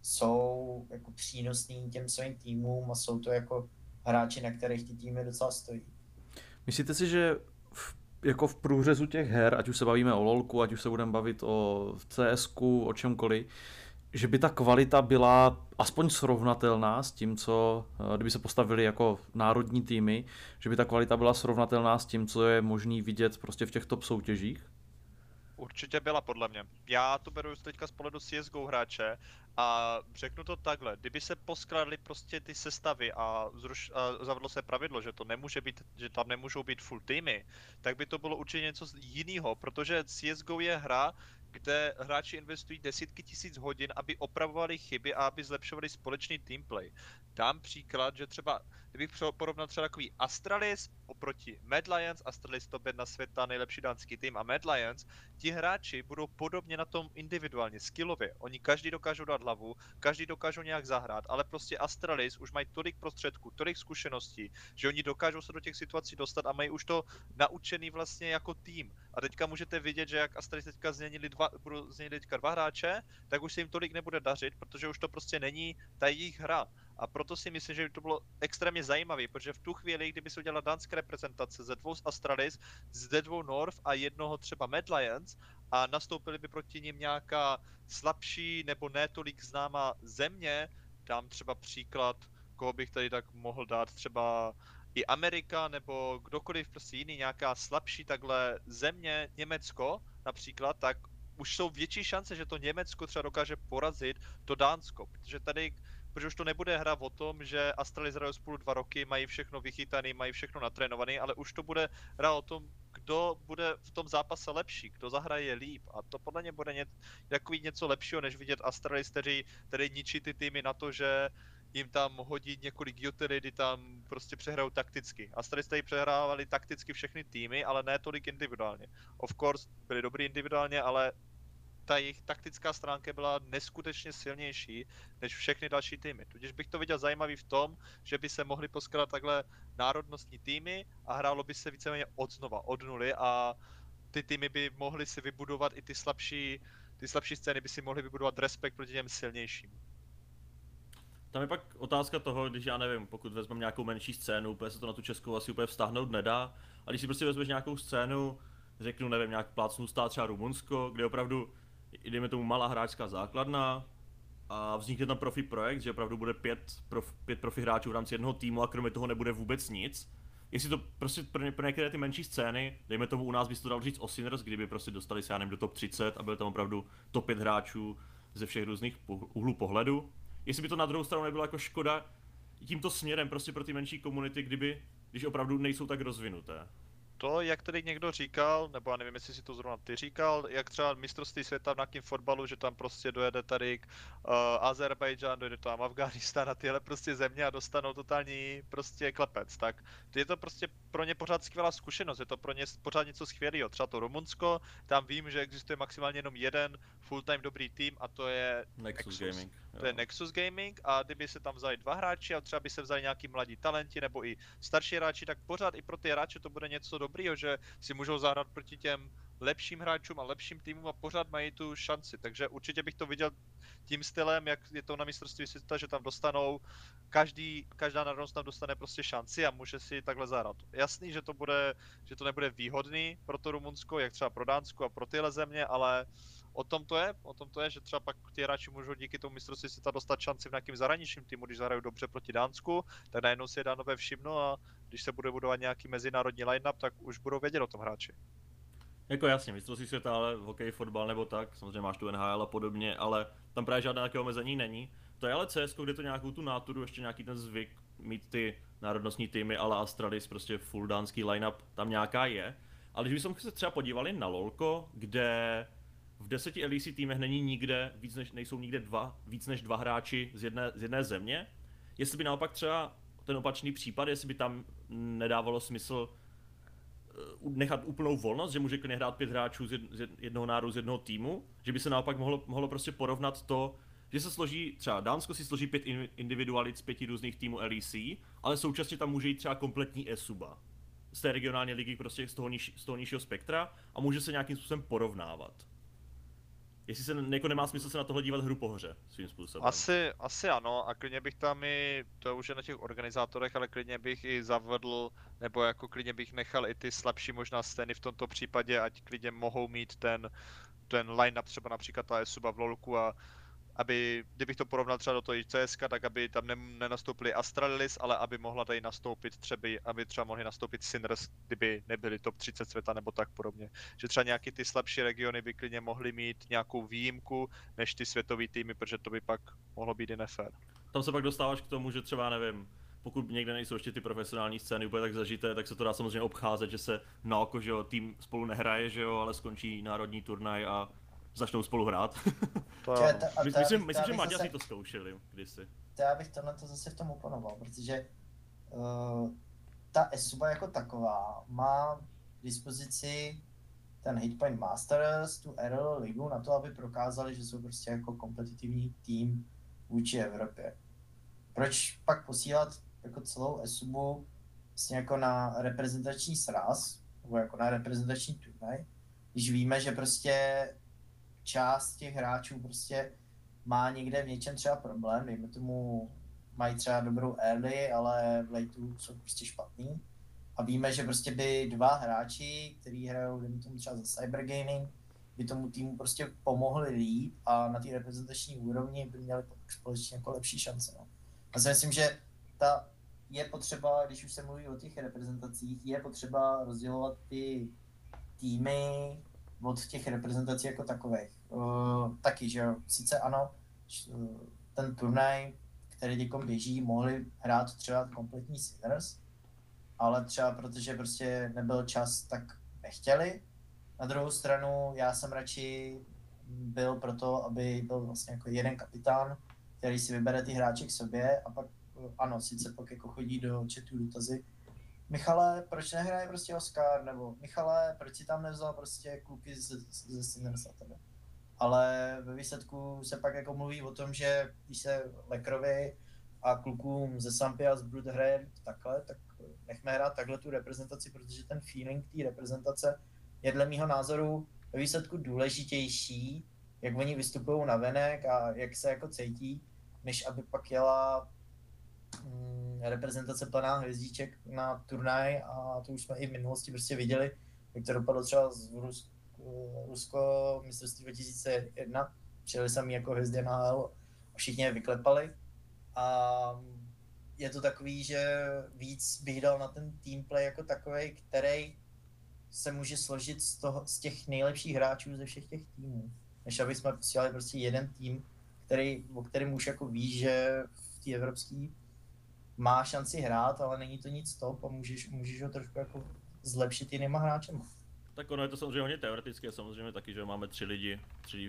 jsou jako přínosní těm svým týmům a jsou to jako hráči, na kterých ty týmy docela stojí. Myslíte si, že jako v průřezu těch her, ať už se bavíme o LoLku, ať už se budeme bavit o CSku, o čemkoliv, že by ta kvalita byla aspoň srovnatelná s tím, co, kdyby se postavili jako národní týmy, že by ta kvalita byla srovnatelná s tím, co je možný vidět prostě v těch top soutěžích? Určitě byla podle mě. Já to beru teďka z pohledu CSGO hráče a řeknu to takhle, kdyby se poskladly prostě ty sestavy a zavedlo se pravidlo, že to nemůže být, že tam nemůžou být full týmy, tak by to bylo určitě něco jiného, protože CSGO je hra, kde hráči investují desítky tisíc hodin, aby opravovali chyby a aby zlepšovali společný teamplay. Dám příklad, že třeba, kdybych porovnal třeba takový Astralis oproti Mad Lions, Astralis top 1 světa, nejlepší dánský tým a Mad Lions, ti hráči budou podobně na tom individuálně, skillově. Oni každý dokážou dát hlavu, každý dokážou nějak zahrát, ale prostě Astralis už mají tolik prostředků, tolik zkušeností, že oni dokážou se do těch situací dostat a mají už to naučený vlastně jako tým. A teďka můžete vidět, že jak Astralis teďka budou změnili teďka 2 hráče, tak už se jim tolik nebude dařit, protože už to prostě není ta jejich hra. A proto si myslím, že by to bylo extrémně zajímavé, protože v tu chvíli, kdyby se udělala dánská reprezentace ze 2 z Astralis, ze 2 North a jednoho třeba Mad Lions a nastoupili by proti nim nějaká slabší nebo ne tolik známá země, dám třeba příklad, koho bych tady tak mohl dát, třeba i Amerika nebo kdokoliv prostě jiný, nějaká slabší takhle země, Německo například, tak už jsou větší šance, že to Německo třeba dokáže porazit to Dánsko, protože už to nebude hra o tom, že Astralis hrajou spolu 2 roky, mají všechno vychytané, mají všechno natrénované, ale už to bude hra o tom, kdo bude v tom zápase lepší, kdo zahraje líp a to podle mě bude takový něco lepšího, než vidět Astralis, který ničí ty týmy na to, že jim tam hodit několik utility, kdy tam prostě přehrajou takticky. Astralis tady přehrávali takticky všechny týmy, ale ne tolik individuálně. Of course, byli dobrý individuálně, ale ta jejich taktická stránka byla neskutečně silnější než všechny další týmy. Tudíž bych to viděl zajímavý v tom, že by se mohli poskládat takhle národnostní týmy a hrálo by se víceméně od znova, od nuly a ty týmy by mohly si vybudovat i ty slabší scény by si mohly vybudovat respekt proti těm silnějším. Tam je pak otázka toho, když já nevím, pokud vezmeme nějakou menší scénu, úplně se to na tu českou asi úplně vztáhnout nedá, a když si prostě vezmeš nějakou scénu, řeknu, nevím, nějak plácnu stát třeba Rumunsko, kde opravdu, dejme tomu malá hráčská základna a vznikne tam profi projekt, že opravdu bude pět profi hráčů v rámci jednoho týmu a kromě toho nebude vůbec nic. Jestli to prostě pro některé ty menší scény, dejme tomu u nás by se to dalo říct o Sinners, kdyby prostě dostali se já nevím do top 30 a byl tam opravdu top 5 hráčů ze všech různých úhlů pohledu. Jestli by to na druhou stranu nebylo jako škoda tímto směrem prostě pro ty menší komunity, když opravdu nejsou tak rozvinuté. To, jak tady někdo říkal, nebo já nevím, jestli si to zrovna ty říkal, jak třeba mistrovství světa v nějakém fotbalu, že tam prostě dojede tady Azerbajdžán, dojde tam Afghánistán a tyhle prostě země a dostanou totální prostě klepec, tak je to prostě pro ně pořád skvělá zkušenost, je to pro ně pořád něco skvělého. Třeba to Rumunsko, tam vím, že existuje maximálně jenom jeden full-time dobrý tým a to je Nexus Gaming. To je Nexus Gaming a kdyby se tam vzali dva hráči a třeba by se vzali nějaký mladí talenti nebo i starší hráči, tak pořád i pro ty hráče to bude něco dobrýho, že si můžou zahrát proti těm lepším hráčům a lepším týmům a pořád mají tu šanci. Takže určitě bych to viděl tím stylem, jak je to na mistrovství světa, že tam dostanou, každá národnost tam dostane prostě šanci a může si takhle zahrát. Jasný, že to nebude výhodný pro to Rumunsko, jak třeba pro Dánsko a pro tyhle země, ale o tom to je, že třeba pak ti hráči můžou díky tomu mistrovství světa dostat šanci v nějakém zahraničním týmu, když zahrajou dobře proti Dánsku, tak najednou si je Dánové všimnou a když se bude budovat nějaký mezinárodní line-up, tak už budou vědět o tom hráči. Jako jasně, mistrovství světa, ale hokej, fotbal nebo tak, samozřejmě máš tu NHL a podobně, ale tam právě žádné takové omezení není. To je ale CS, kde to nějakou tu náturu, ještě nějaký ten zvyk mít ty národnostní týmy, ale Astralis, prostě full dánský line-up, tam nějaká je. Ale když bychom se třeba podívali na LoLko, kde v 10 LEC týmech není nikde, nejsou nikde víc než dva hráči z jedné země, jestli by naopak třeba ten opačný případ, jestli by tam nedávalo smysl nechat úplnou volnost, že může klidně hrát 5 hráčů z jednoho národu, z jednoho týmu, že by se naopak mohlo prostě porovnat to, že se složí, třeba Dánsko si složí 5 individualit z 5 různých týmů LEC, ale současně tam může jít třeba kompletní ESUBA z té regionální ligy, prostě z toho nižšího spektra a může se nějakým způsobem porovnávat. Jestli se jako nemá smysl se na tohle dívat hru po hře svým způsobem. Asi ano a klidně bych tam i, to už je na těch organizátorech, ale klidně bych i zavedl, nebo jako klidně bych nechal i ty slabší možná scény v tomto případě, ať klidně mohou mít ten line-up třeba například ta ESUBA v LoLku a aby, kdybych to porovnal třeba do toho CSK, tak aby tam nenastoupili Astralis, ale aby mohla tady nastoupit aby třeba mohli nastoupit Sinners, kdyby nebyli top 30 světa nebo tak podobně. Že třeba nějaký ty slabší regiony by klidně mohly mít nějakou výjimku než ty světový týmy, protože to by pak mohlo být i nefér. Tam se pak dostáváš k tomu, že třeba nevím, pokud někde nejsou ještě ty profesionální scény úplně tak zažité, tak se to dá samozřejmě obcházet, že se na oko, že jo, tým spolu nehraje, že jo, ale skončí národní turnaj a začnou spolu hrát. Myslím, že Maďaři to zkoušeli kdysi. To já bych tohle zase v tom oponoval, protože ta ESUBA jako taková má k dispozici ten Hitpoint Masters, tu RL ligu na to, aby prokázali, že jsou prostě jako kompetitivní tým vůči Evropě. Proč pak posílat jako celou ESUBu vlastně jako na reprezentační sraz, nebo jako na reprezentační turnaj, když víme, že prostě část těch hráčů prostě má někde v něčem třeba problém, dejme tomu, mají třeba dobrou early, ale v lateu jsou prostě špatný. A víme, že prostě by dva hráči, kteří hrajou, dejme tomu třeba za Cybergaming, by tomu týmu prostě pomohli líp a na té reprezentační úrovni by měli společně jako lepší šance. No. Já si myslím, že je potřeba, když už se mluví o těch reprezentacích, je potřeba rozdělovat ty týmy od těch reprezentací jako takových. Taky, že jo, sice ano, ten turnaj, který teďkom běží, mohli hrát třeba kompletní Sinners, ale třeba protože prostě nebyl čas, tak nechtěli. Na druhou stranu, já jsem radši byl proto, aby byl vlastně jako jeden kapitán který si vybere ty hráče k sobě a pak, ano, sice pak jako chodí do chatu dotazy. Michale, proč nehraje prostě Oscar, nebo Michale, proč si tam nevzal prostě kluky ze Sinners a tebe. Ale ve výsledku se pak jako mluví o tom, že když se Lekrovi a klukům ze Sampy a z Brut hraje takhle, tak nechme hrát takhle tu reprezentaci, protože ten feeling té reprezentace je dle mýho názoru ve výsledku důležitější, jak oni vystupují na venek a jak se jako cítí, než aby pak jela reprezentace plná hvězdíček na turnaj a to už jsme i v minulosti prostě viděli, jak to dopadlo třeba z Rusko mistrovství 2001, přijeli sami jako hvězdy na HL a všichni je vyklepali a je to takový, že víc bych dal na ten teamplay jako takovej, který se může složit z těch nejlepších hráčů ze všech těch týmů, než aby jsme posílali prostě jeden tým, o kterém už jako víš, že v té evropské má šanci hrát, ale není to nic top a můžeš ho trošku jako zlepšit jinýma hráčema. Tak ono je to samozřejmě hodně teoretické, samozřejmě taky, že máme 3 lidi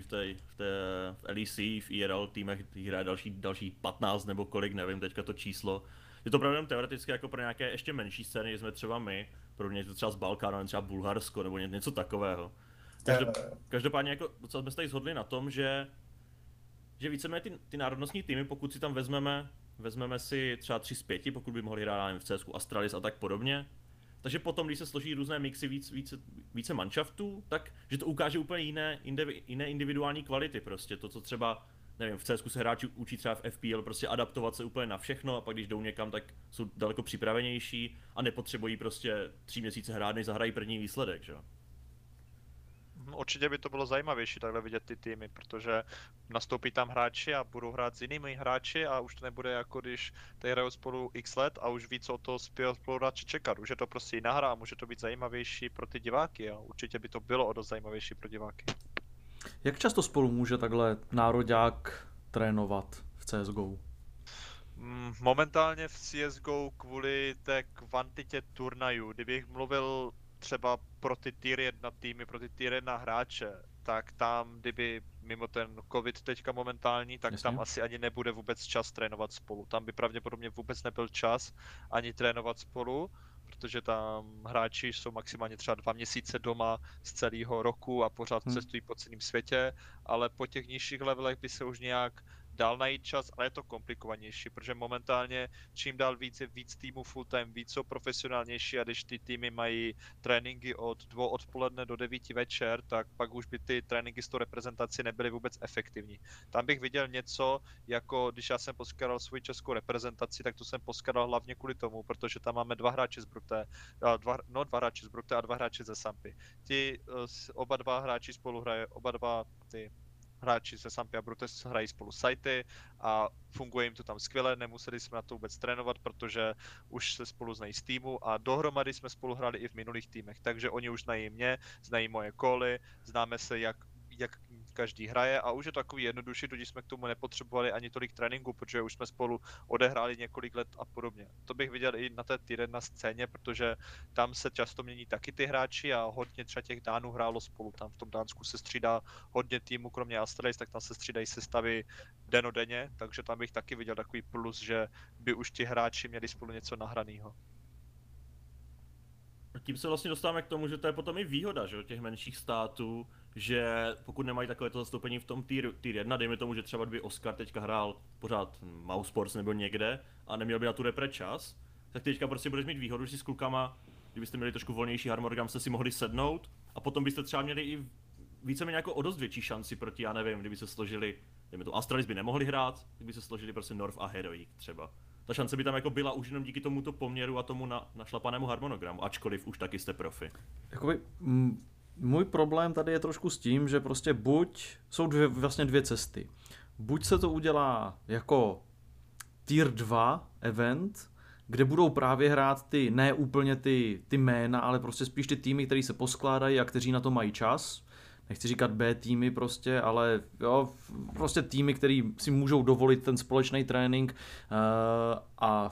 v LEC, v IRL týmech, který hraje další 15 nebo kolik, nevím teďka to číslo. Je to opravdu teoretické jako pro nějaké ještě menší scény, jsme třeba my, pro mě je to třeba z Balkánu, třeba Bulharsko nebo něco takového. Každopádně jako docela jsme se tady shodli na tom, že víceméně ty národnostní týmy, pokud si tam vezmeme si třeba 3 z 5, pokud by mohli hrát v CSku Astralis a tak podobně. Takže potom, když se složí různé mixy více manšaftů, tak že to ukáže úplně jiné individuální kvality prostě. To, co třeba, nevím, v CSku se hráči učí třeba v FPL prostě adaptovat se úplně na všechno a pak když jdou někam, tak jsou daleko připravenější a nepotřebují prostě 3 měsíce hrát, než zahrají první výsledek, že? Určitě by to bylo zajímavější takhle vidět ty týmy, protože nastoupí tam hráči a budou hrát s jinými hráči a už to nebude jako když tady hrajou spolu x let a už ví, co od toho spoluhráči čekat. Už je to prostě jiná hra a může to být zajímavější pro ty diváky a určitě by to bylo o dost zajímavější pro diváky. Jak často spolu může takhle nároďák trénovat v CSGO? Momentálně v CSGO kvůli té kvantitě turnajů, kdybych mluvil třeba pro ty tier 1 týmy, pro ty tier 1 hráče, tak tam, kdyby mimo ten covid teďka momentální, tak Jasně. tam asi ani nebude vůbec čas trénovat spolu. Tam by pravděpodobně vůbec nebyl čas ani trénovat spolu, protože tam hráči jsou maximálně třeba 2 měsíce doma z celého roku a pořád cestují po celém světě, ale po těch nižších levelech by se už nějak dál najít čas, ale je to komplikovanější, protože momentálně čím dál víc je víc týmů full time, víc jsou profesionálnější a když ty týmy mají tréninky od 2 odpoledne do 9 večer, tak pak už by ty tréninky s tou reprezentací nebyly vůbec efektivní. Tam bych viděl něco, jako když já jsem poskladal svou českou reprezentaci, tak to jsem poskladal hlavně kvůli tomu, protože tam máme 2 hráče z Brute, 2 hráči z Brute a 2 hráči ze Sampy. Oba 2 hráči spolu hrají, oba 2 ty hráči se Sampy a Brutes hrají spolu sajty a funguje jim to tam skvěle, nemuseli jsme na to vůbec trénovat, protože už se spolu znají z týmu a dohromady jsme spolu hráli i v minulých týmech, takže oni už znají mě, znají moje koly, známe se jak každý hraje a už je to takový jednodušší, tudíž jsme k tomu nepotřebovali ani tolik tréninku, protože už jsme spolu odehráli několik let a podobně. To bych viděl i na té tier 1 scéně, protože tam se často mění taky ty hráči a hodně třeba těch Dánů hrálo spolu. Tam v tom Dánsku se střídá hodně týmů, kromě Astralis, tak tam se střídají sestavy denodenně, takže tam bych taky viděl takový plus, že by už ti hráči měli spolu něco nahraného. Tím se vlastně dostáváme k tomu, že to je potom i výhoda, že, těch menších států, že pokud nemají takovéto zastoupení v tom tier 1, dejme tomu, že třeba kdyby Oscar teďka hrál pořád Mousesports nebo někde a neměl by na tu repre čas, tak teďka prostě budeš mít výhodu, že si s klukama, kdybyste měli trošku volnější harmonogram, jste si mohli sednout a potom byste třeba měli i víceméně jako o dost větší šanci proti, já nevím, kdyby se složili, dejme tomu Astralis by nemohli hrát, kdyby se složili prostě North a Heroic třeba. Ta šance by tam jako byla už jenom díky tomuto poměru a tomu našlapanému harmonogramu, ačkoliv už taky jste profi. Jakoby, můj problém tady je trošku s tím, že prostě jsou vlastně dvě cesty. Buď se to udělá jako tier 2 event, kde budou právě hrát ne úplně ty jména, ale prostě spíš ty týmy, které se poskládají a kteří na to mají čas. Nechci říkat B týmy prostě, ale jo, prostě týmy, který si můžou dovolit ten společný trénink a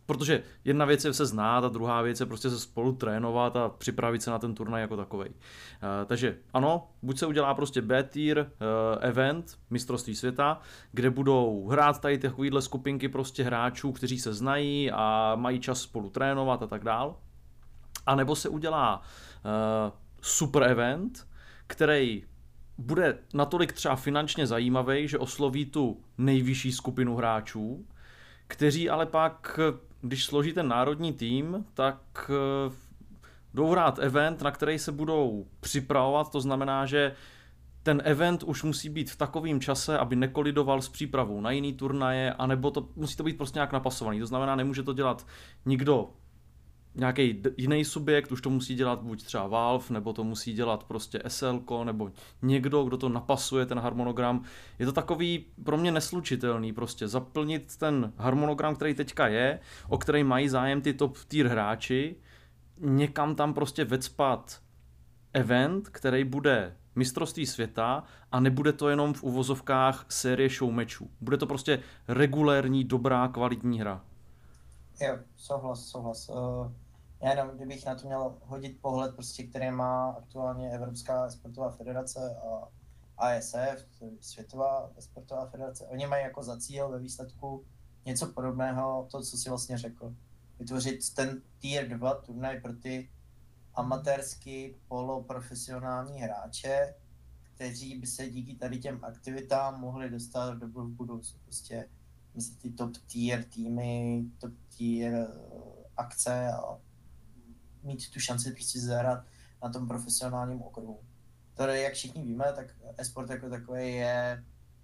protože jedna věc je se znát a druhá věc je prostě se spolu trénovat a připravit se na ten turnaj jako takovej. Takže ano, buď se udělá prostě B-tier event, mistrovství světa, kde budou hrát tady takovýhle skupinky prostě hráčů, kteří se znají a mají čas spolu trénovat a tak dál. A nebo se udělá super event, který bude natolik třeba finančně zajímavý, že osloví tu nejvyšší skupinu hráčů, kteří ale pak, když složí ten národní tým, tak jdou hrát event, na který se budou připravovat, to znamená, že ten event už musí být v takovém čase, aby nekolidoval s přípravou na jiný turnaje, anebo to musí to být prostě nějak napasovaný, to znamená, nemůže to dělat nikdo, nějaký jiný subjekt, už to musí dělat buď třeba Valve, nebo to musí dělat prostě SLko, nebo někdo, kdo to napasuje, ten harmonogram. Je to takový pro mě neslučitelný prostě zaplnit ten harmonogram, který teďka je, o který mají zájem ty top tier hráči, někam tam prostě vecpat event, který bude mistrovství světa a nebude to jenom v uvozovkách série show mečů. Bude to prostě regulérní, dobrá, kvalitní hra. Jo, souhlas. Já jenom, kdybych na to měl hodit pohled, prostě, který má aktuálně Evropská sportová federace a ASF, Světová sportová federace, oni mají jako za cíl ve výsledku něco podobného, to, co si vlastně řekl. Vytvořit ten tier 2 turnaj pro ty amatérsky poloprofesionální hráče, kteří by se díky tady těm aktivitám mohli dostat do budoucnu. Prostě mezi ty top tier týmy, top tier akce a mít tu šanci prostě zahrát na tom profesionálním okruhu. Tady, jak všichni víme, tak e-sport jako takový je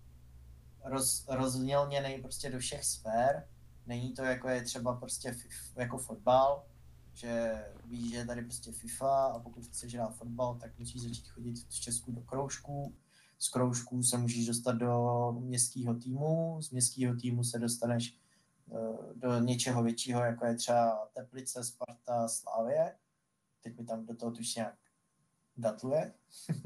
rozmělněný prostě do všech sfér. Není to jako je třeba prostě jako fotbal, že víš, že je tady prostě FIFA a pokud chceš hrát fotbal, tak musíš začít chodit v Česku do kroužků. Z kroužků se můžeš dostat do městského týmu, z městského týmu se dostaneš do něčeho většího, jako je třeba Teplice, Sparta, Slavie. Teď mi tam do toho tuž nějak datluje.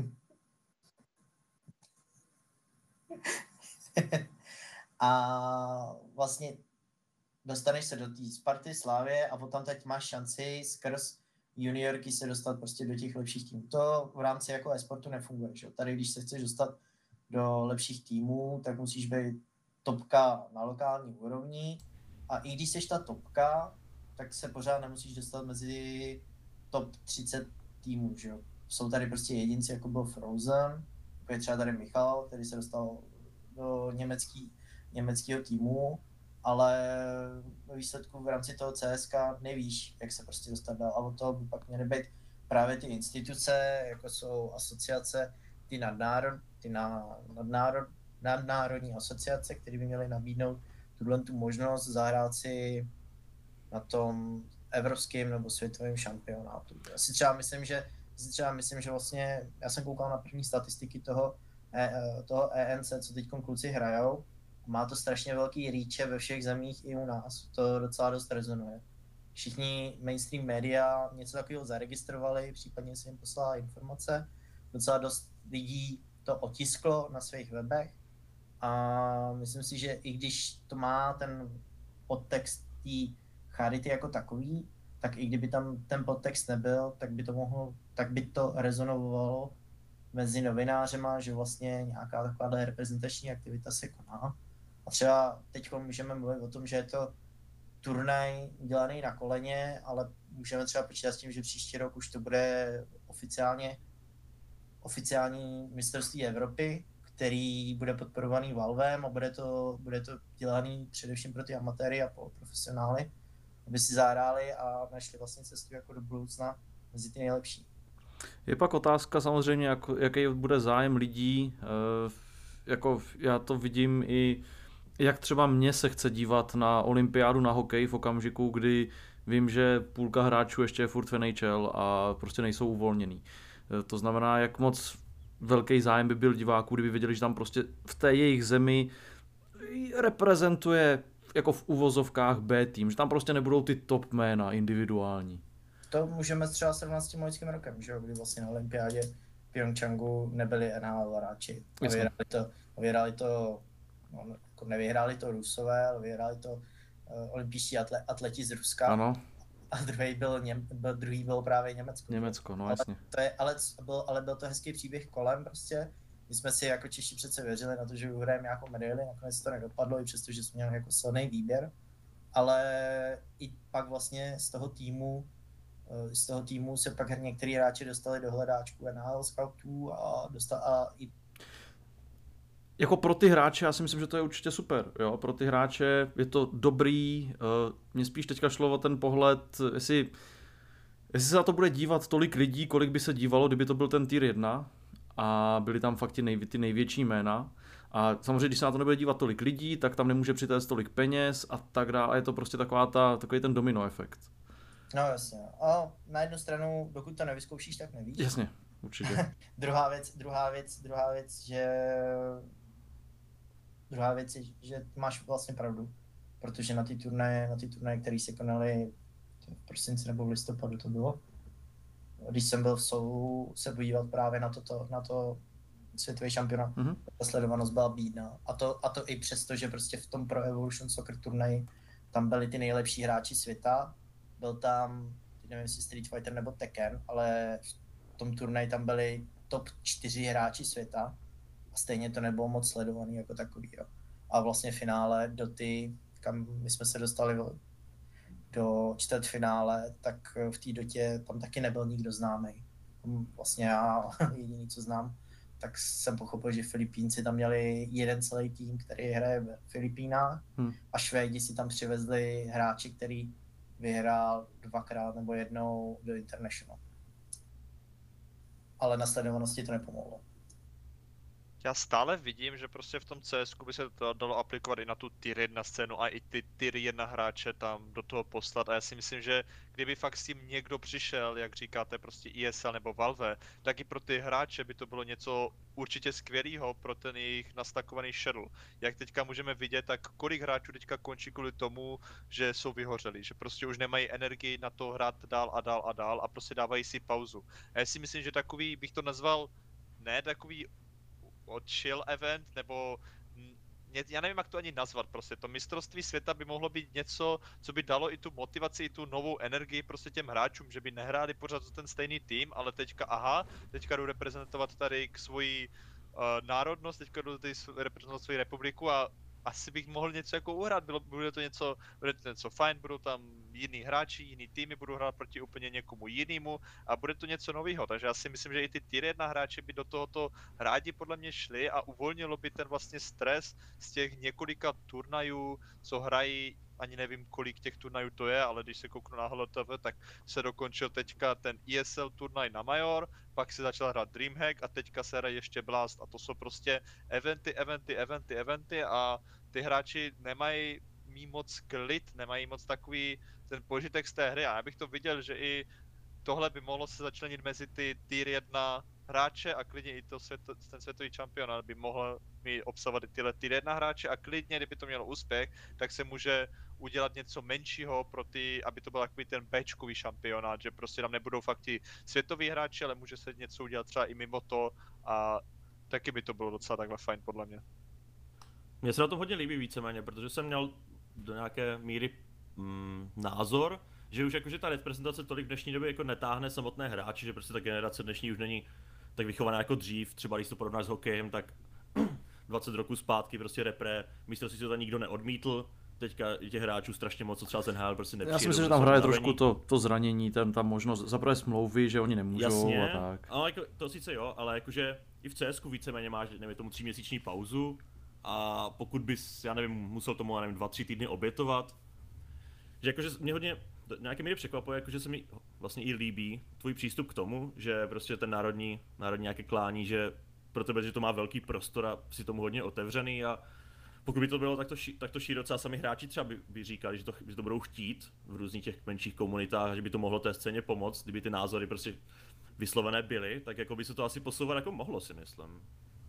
A vlastně dostaneš se do té Sparty, Slávie a potom teď máš šanci skrz juniorky se dostat prostě do těch lepších týmů. To v rámci jako e-sportu nefunguje. Že? Tady, když se chceš dostat do lepších týmů, tak musíš být topka na lokální úrovni a i když jsi ta topka, tak se pořád nemusíš dostat mezi top 30 týmů. Že? Jsou tady prostě jedinci, jako byl Frozen, jako je třeba tady Michal, který se dostal do německého týmu, ale ve výsledku v rámci toho CSK nevíš, jak se prostě dostat dál. A od toho by pak měly být právě ty instituce, jako jsou asociace, ty nadnárodní asociace, které by měly nabídnout tu možnost zahrát si na tom evropském nebo světovém šampionátu. Já si třeba myslím, že vlastně, já jsem koukal na první statistiky toho ENC, co teď kluci hrajou. Má to strašně velký reach ve všech zemích i u nás. To docela dost rezonuje. Všichni mainstream média něco takového zaregistrovali, případně se jim poslala informace. Docela dost lidí to otisklo na svých webech. A myslím si, že i když to má ten podtext té charity jako takový, tak i kdyby tam ten podtext nebyl, tak by to rezonovalo mezi novinářema, že vlastně nějaká taková reprezentační aktivita se koná. A třeba teď můžeme mluvit o tom, že je to turnaj udělaný na koleně, ale můžeme třeba počítat s tím, že příští rok už to bude oficiální mistrovství Evropy, který bude podporovaný Valvem a bude to dělaný především pro ty amatéry a profesionály, aby si zahráli a našli vlastně cestu jako do budoucna mezi ty nejlepší. Je pak otázka samozřejmě, jaký bude zájem lidí, jako já to vidím i, jak třeba mně se chce dívat na olympiádu na hokej v okamžiku, kdy vím, že půlka hráčů ještě je furt v NHL a prostě nejsou uvolněný. To znamená, jak moc velký zájem by byl diváků, kdyby věděli, že tam prostě v té jejich zemi reprezentuje jako v uvozovkách B tým, že tam prostě nebudou ty top jména individuální. To můžeme třeba srovnat s tím loňským rokem, že? Kdy vlastně na olympiádě v Pyeongchangu nebyli NHL hráči. Nevyhráli to Rusové, ale vyhráli to olympijští atleti z Ruska. Ano, A druhý byl právě Německo. Německo, no jasně. Ale byl to hezký příběh kolem prostě. My jsme si jako Češi přece věřili na to, že uhrajeme nějakou medaili, nakonec to nedopadlo, i přesto, že jsme měli jako silný výběr. Ale i pak vlastně z toho týmu se pak některý hráči dostali do hledáčku NHL scoutů a i Jako pro ty hráče, já si myslím, že to je určitě super, jo, pro ty hráče je to dobrý, mě spíš teďka šlo o ten pohled, jestli se na to bude dívat tolik lidí, kolik by se dívalo, kdyby to byl ten tier 1 a byly tam fakt ty největší jména. A samozřejmě, když se na to nebude dívat tolik lidí, tak tam nemůže přitéct tolik peněz a tak dále. A je to prostě takový ten domino efekt. No jasně. A na jednu stranu, dokud to nevyzkoušíš, tak nevíš. Jasně, určitě. Druhá věc je, že máš vlastně pravdu. Protože na ty turnaje, které se konaly v prosinci nebo v listopadu to bylo, když jsem byl v Soulu se podívat právě na to světový šampionát, ta sledovanost byla bídná. A to i přesto, že prostě v tom Pro Evolution Soccer turnaji tam byli ty nejlepší hráči světa. Byl tam, nevím jestli Street Fighter nebo Tekken, ale v tom turnaji tam byli top 4 hráči světa a stejně to nebylo moc sledovaný jako takový. Jo. A vlastně finále kam my jsme se dostali do čtvrtfinále, tak v té dotě tam taky nebyl nikdo známý. Vlastně já jediný, co znám, tak jsem pochopil, že Filipínci tam měli jeden celý tým, který hraje v Filipínách a Švédi si tam přivezli hráči, který vyhrál 2krát nebo jednou do International. Ale na sledovanosti to nepomohlo. Já stále vidím, že prostě v tom CSku by se to dalo aplikovat i na tu tier 1 scénu a i ty tier 1 hráče tam do toho poslat a já si myslím, že kdyby fakt s tím někdo přišel, jak říkáte, prostě ESL nebo Valve, tak i pro ty hráče by to bylo něco určitě skvělého pro ten jejich nastakovaný schedule. Jak teďka můžeme vidět, tak kolik hráčů teďka končí kvůli tomu, že jsou vyhořeli, že prostě už nemají energii na to hrát dál a dál a dál a prostě dávají si pauzu. A já si myslím, že takový, bych to nazval, ne takový chill event, nebo já nevím, jak to ani nazvat, prostě to mistrovství světa by mohlo být něco, co by dalo i tu motivaci, i tu novou energii prostě těm hráčům, že by nehráli pořád za ten stejný tým, ale teďka jdu reprezentovat tady k svoji národnost, teďka jdu tady reprezentovat svoji republiku a asi bych mohl něco jako uhrát, bude to něco fajn, budou tam jiní hráči, jiný týmy, budu hrát proti úplně někomu jinému a bude to něco nového, takže já si myslím, že i ty tier 1 hráči by do tohoto rádi podle mě šli a uvolnilo by ten vlastně stres z těch několika turnajů, co hrají, ani nevím, kolik těch turnajů to je, ale když se kouknu na HLTV, tak se dokončil teďka ten ESL turnaj na Major, pak se začal hrát Dreamhack a teďka se hraje ještě Blast a to jsou prostě eventy a ty hráči nemají moc klid, nemají moc takový ten požitek z té hry a já bych to viděl, že i tohle by mohlo se začlenit mezi ty tier 1 hráče a klidně i ten světový šampionát by mohl mi obsahovat i tyhle tier 1 hráče a klidně, kdyby to mělo úspěch, tak se může udělat něco menšího pro ty, aby to byl takový ten béčkový šampionát, že prostě tam nebudou fakt ti světoví hráči, ale může se něco udělat třeba i mimo to a taky by to bylo docela takhle fajn podle mě. Mně se na tom hodně líbí víceméně, protože jsem měl do nějaké míry názor, že už jakože ta reprezentace tolik v dnešní době jako netáhne samotné hráči, že prostě ta generace dnešní už není tak vychovaná jako dřív, třeba když to porovnáš s hokejem, tak 20 roků zpátky prostě repre, mistrovství světa nikdo neodmítl, teďka těch hráčů strašně moc, co třeba ten HL prostě nepřijde. Já si myslím, že tam hraje trošku to zranění, ta možnost, zaprvé smlouvy, že oni nemůžou. Jasně, a tak. Ale jako, to sice jo, ale jakože i v CSku víceméně máš, nevím, tomu 3měsíční pauzu a pokud bys, já nevím, musel tomu, já nevím, 2-3 týdny obětovat, že jakože mě hodně do nějaké míry překvapuje, jakože se mi vlastně i líbí tvůj přístup k tomu, že prostě ten národní nějaké klání, že pro tebe, že to má velký prostor a si tomu hodně otevřený a pokud by to bylo takto široce a sami hráči třeba by říkali, že to budou chtít v různých těch menších komunitách, že by to mohlo té scéně pomoct, kdyby ty názory prostě vyslovené byly, tak jako by se to asi posouvat jako mohlo, si myslím.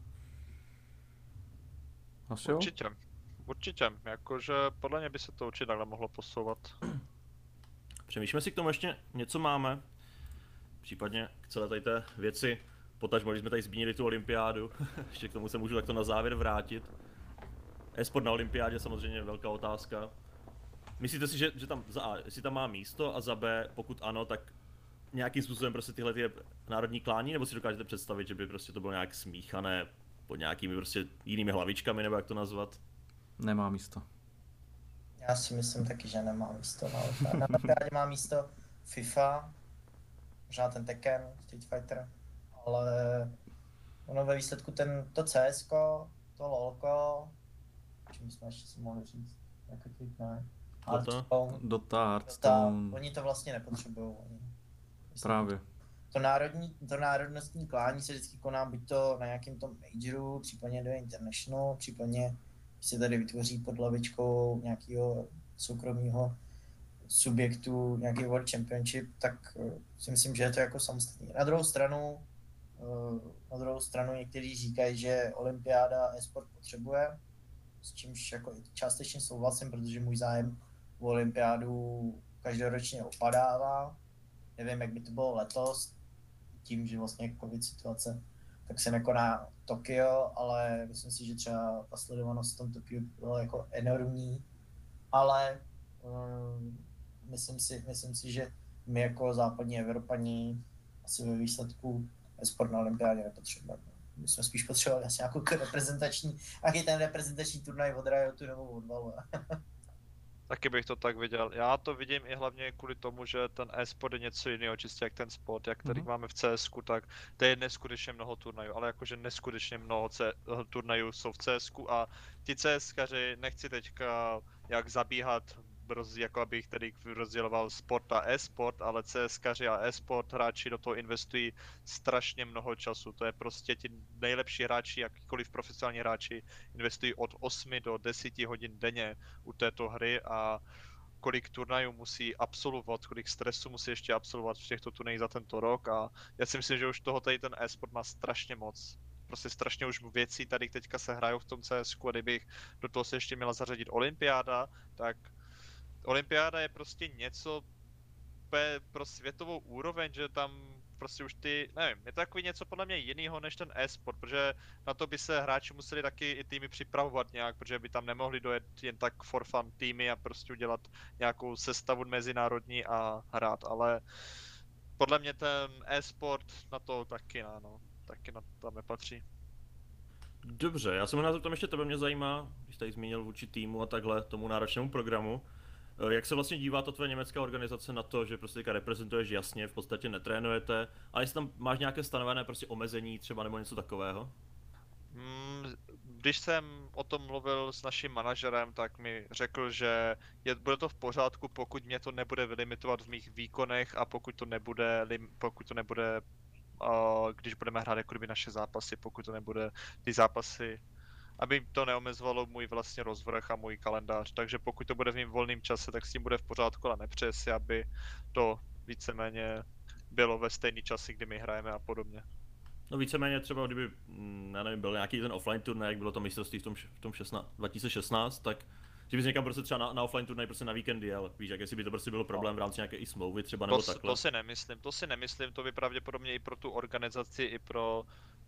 Asi Určitě, jakože podle mě by se to určitě takhle mohlo posouvat. Přemýšlíme si k tomu ještě něco máme, případně k celé tady té věci, potažmo, když jsme tady zmínili tu olympiádu, ještě k tomu se můžu takto na závěr vrátit. E-sport na olympiádě samozřejmě velká otázka. Myslíte si, že tam za A, jestli tam má místo a za B, pokud ano, tak nějakým způsobem prostě tyhle ty národní klání, nebo si dokážete představit, že by prostě to bylo nějak smíchané pod nějakými prostě jinými hlavičkami, nebo jak to nazvat? Nemá místo. Já si myslím taky, že nemá místo. Na Olympiádě má místo FIFA, možná ten Tekken, Street Fighter, ale ono ve výsledku to CSko, to LoLko, čím jsme ještě si mohli říct, jako ne. Dota, Hearthstone. Oni to vlastně nepotřebují. Právě. To národnostní klání se vždycky koná buď to na nějakém tom majoru, případně do International, případně si tady vytvoří pod hlavičkou nějakého soukromého subjektu, nějaký World Championship, tak si myslím, že je to jako samostatný. Na druhou stranu někteří říkají, že olympiáda e-sport potřebuje, s čímž jako částečně souhlasím, protože můj zájem o olympiádu každoročně opadává. Nevím, jak by to bylo letos, tím, že vlastně covid situace, tak se nekoná Tokio, ale myslím si, že třeba ta sledovanost v tom Tokiu byla jako enormní, ale myslím si, že my jako západní Evropaní asi ve výsledku sport na olympiádě nepotřebujeme. My jsme spíš potřebovali asi nějakou ten reprezentační turnaj od Riotu nebo od Valve. Taky bych to tak viděl. Já to vidím i hlavně kvůli tomu, že ten e-sport je něco jiného, čistě jak ten sport, jak tady máme v CSku, tak to je neskutečně mnoho turnajů, ale jakože neskutečně mnoho turnajů jsou v CSku a ti CSkaři, nechci teďka jak zabíhat, jako abych tady rozděloval sport a e-sport, ale CSkaři a e-sport hráči do toho investují strašně mnoho času. To je prostě ti nejlepší hráči, jakýkoliv profesionální hráči investují od 8 do 10 hodin denně u této hry a kolik turnajů musí absolvovat, kolik stresu musí ještě absolvovat v těchto turnajích za tento rok a já si myslím, že už toho tady ten e-sport má strašně moc. Prostě strašně už věcí tady teďka se hrajou v tom CSku a kdybych do toho se ještě měla zařadit olympiáda, tak olympiáda je prostě něco pro světovou úroveň, že tam prostě už nevím, je to takový něco podle mě jinýho než ten e-sport, protože na to by se hráči museli taky i týmy připravovat nějak, protože by tam nemohli dojet jen tak for fun týmy a prostě udělat nějakou sestavu mezinárodní a hrát, ale podle mě ten e-sport na to taky taky na to tam nepatří. Dobře, já se možná zeptám ještě tebe, mě zajímá, když tady zmínil vůči týmu a takhle tomu náročnému programu. Jak se vlastně dívá ta tvoje německá organizace na to, že prostě reprezentuješ jasně, v podstatě netrénujete, ale jestli tam máš nějaké stanovené prostě omezení třeba nebo něco takového? Když jsem o tom mluvil s naším manažerem, tak mi řekl, že bude to v pořádku, pokud mě to nebude vylimitovat v mých výkonech a pokud to nebude když budeme hrát jako kdyby naše zápasy, pokud to nebude ty zápasy, aby to neomezovalo můj vlastně rozvrh a můj kalendář. Takže pokud to bude v mým volném čase, tak s tím bude v pořádku, ale nepřeje si, aby to víceméně bylo ve stejný časy, kdy my hrajeme a podobně. No víceméně třeba kdyby, já nevím, byl nějaký ten offline turnaj, jak bylo to mistrovství v tom 2016, tak že bys někam prostě třeba na offline turnaj prostě na víkend jel, víš, jak jestli by to prostě bylo problém v rámci nějaké i smlouvy třeba nebo takhle. To si nemyslím, to by pravděpodobně i pro tu organizaci, i pro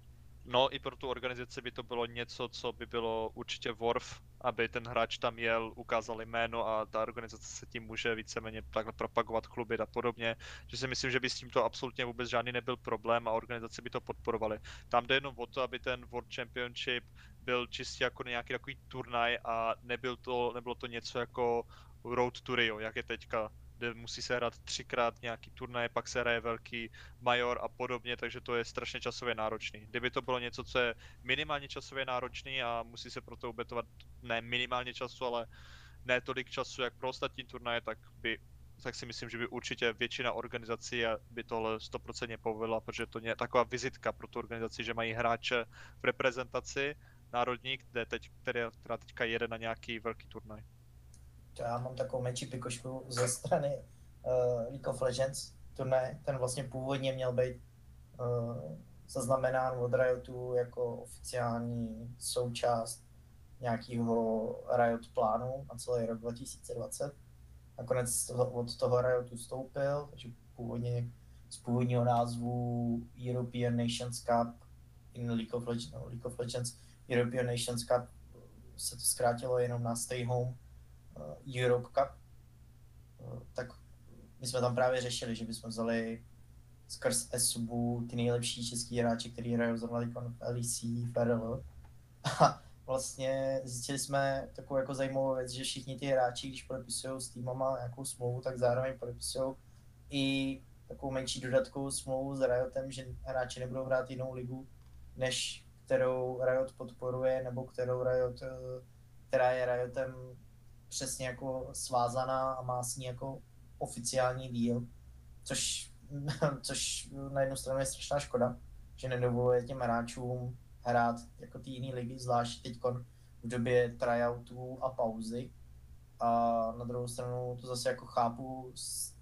tu organizaci by to bylo něco, co by bylo určitě worth, aby ten hráč tam jel, ukázal jméno a ta organizace se tím může víceméně takhle propagovat kluby a podobně. Že si myslím, že by s tímto absolutně vůbec žádný nebyl problém a organizace by to podporovaly. Tam jde jenom o to, aby ten World Championship byl čistě jako nějaký takový turnaj a nebylo to něco jako Road to Rio, jak je teďka, kde musí se hrát 3krát nějaký turnaj, pak se hraje velký major a podobně, takže to je strašně časově náročný. Kdyby to bylo něco, co je minimálně časově náročný a musí se proto obětovat ne minimálně času, ale ne tolik času, jak pro ostatní turnaje, tak si myslím, že by určitě většina organizací by tohle 100% povolila, protože to je taková vizitka pro tu organizaci, že mají hráče v reprezentaci národní, která teďka jede na nějaký velký turnaj. Já mám takovou menší pikošku ze strany League of Legends turnaj. Ten vlastně původně měl být zaznamenán od Riotu jako oficiální součást nějakého Riot plánu na celý rok 2020. Nakonec od toho Riotu stoupil, takže původně z původního názvu European Nations Cup in League of Legends European Nations Cup se to zkrátilo jenom na Stay Home Europe Cup, tak my jsme tam právě řešili, že bychom vzali skrz eSubu ty nejlepší český hráče, který hrajou zrovna teď v LEC, FRL. A vlastně zjistili jsme takovou jako zajímavou věc, že všichni ty hráči, když podepisují s týmama nějakou smlouvu, tak zároveň podepisují i takovou menší dodatkovou smlouvu s Riotem, že hráči nebudou hrát jinou ligu, než kterou Riot podporuje, nebo která je Riotem přesně jako svázaná a má s ní jako oficiální deal, což na jednu stranu je strašná škoda, že nedovoluje těm hráčům hrát jako ty jiné ligy, zvlášť teď v době tryoutů a pauzy. A na druhou stranu to zase jako chápu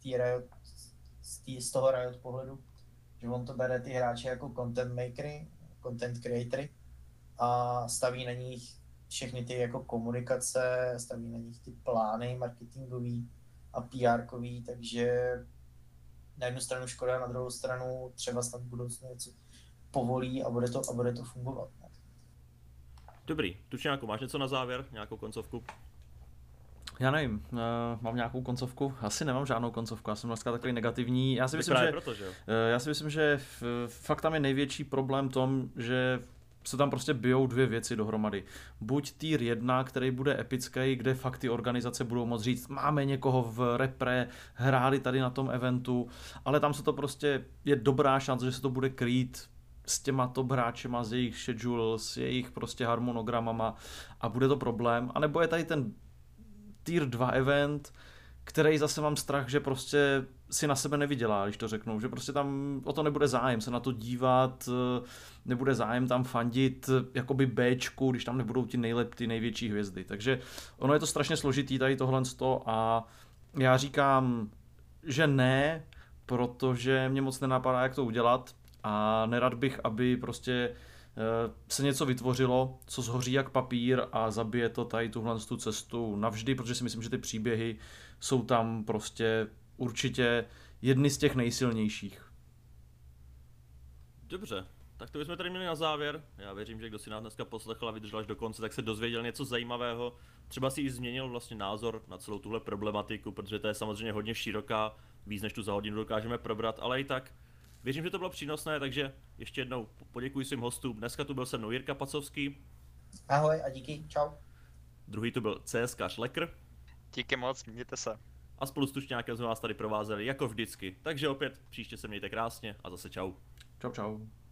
z toho Riot pohledu, že on to bere ty hráče jako content makery, content creatory a staví na nich všechny ty jako komunikace, staví na nich ty plány marketingový a PR-kový, takže na jednu stranu škoda, na druhou stranu třeba snad v budoucnu něco povolí a bude to fungovat. Dobrý, Tučňáku, máš něco na závěr, nějakou koncovku? Já nevím, mám nějakou koncovku? Asi nemám žádnou koncovku, já jsem dneska takový negativní. Já si myslím, že fakt tam je největší problém tom, že se tam prostě bijou dvě věci dohromady. Buď tier 1, který bude epický, kde fakt ty organizace budou moct říct, máme někoho v repre, hráli tady na tom eventu, ale tam se to prostě, je dobrá šance, že se to bude krýt s těma top hráčema, s jejich schedule, s jejich prostě harmonogramama a bude to problém. A nebo je tady ten tier 2 event, který zase mám strach, že prostě si na sebe nevydělá, když to řeknu, že prostě tam o to nebude zájem se na to dívat, nebude zájem tam fandit jakoby Bčku, když tam nebudou ty největší hvězdy. Takže ono je to strašně složitý tady tohle a já říkám, že ne, protože mě moc nenapadá, jak to udělat a nerad bych, aby prostě se něco vytvořilo, co zhoří jak papír a zabije to tady tuhle cestu navždy, protože si myslím, že ty příběhy jsou tam prostě určitě jedny z těch nejsilnějších. Dobře, tak to bychom tady měli na závěr. Já věřím, že kdo si nás dneska poslechl a vydržel až do konce, tak se dozvěděl něco zajímavého. Třeba si i změnil vlastně názor na celou tuhle problematiku, protože to je samozřejmě hodně široká, víc než tu za hodinu dokážeme probrat, ale i tak. Věřím, že to bylo přínosné, takže ještě jednou poděkuji svým hostům. Dneska tu byl se mnou Jirka Pacovský. Ahoj a díky, čau. Druhý tu byl CSkař Lekr. Díky moc, mějte se. A spolu s Tučňákem jsme vás tady provázeli jako vždycky. Takže opět příště se mějte krásně a zase čau. Čau.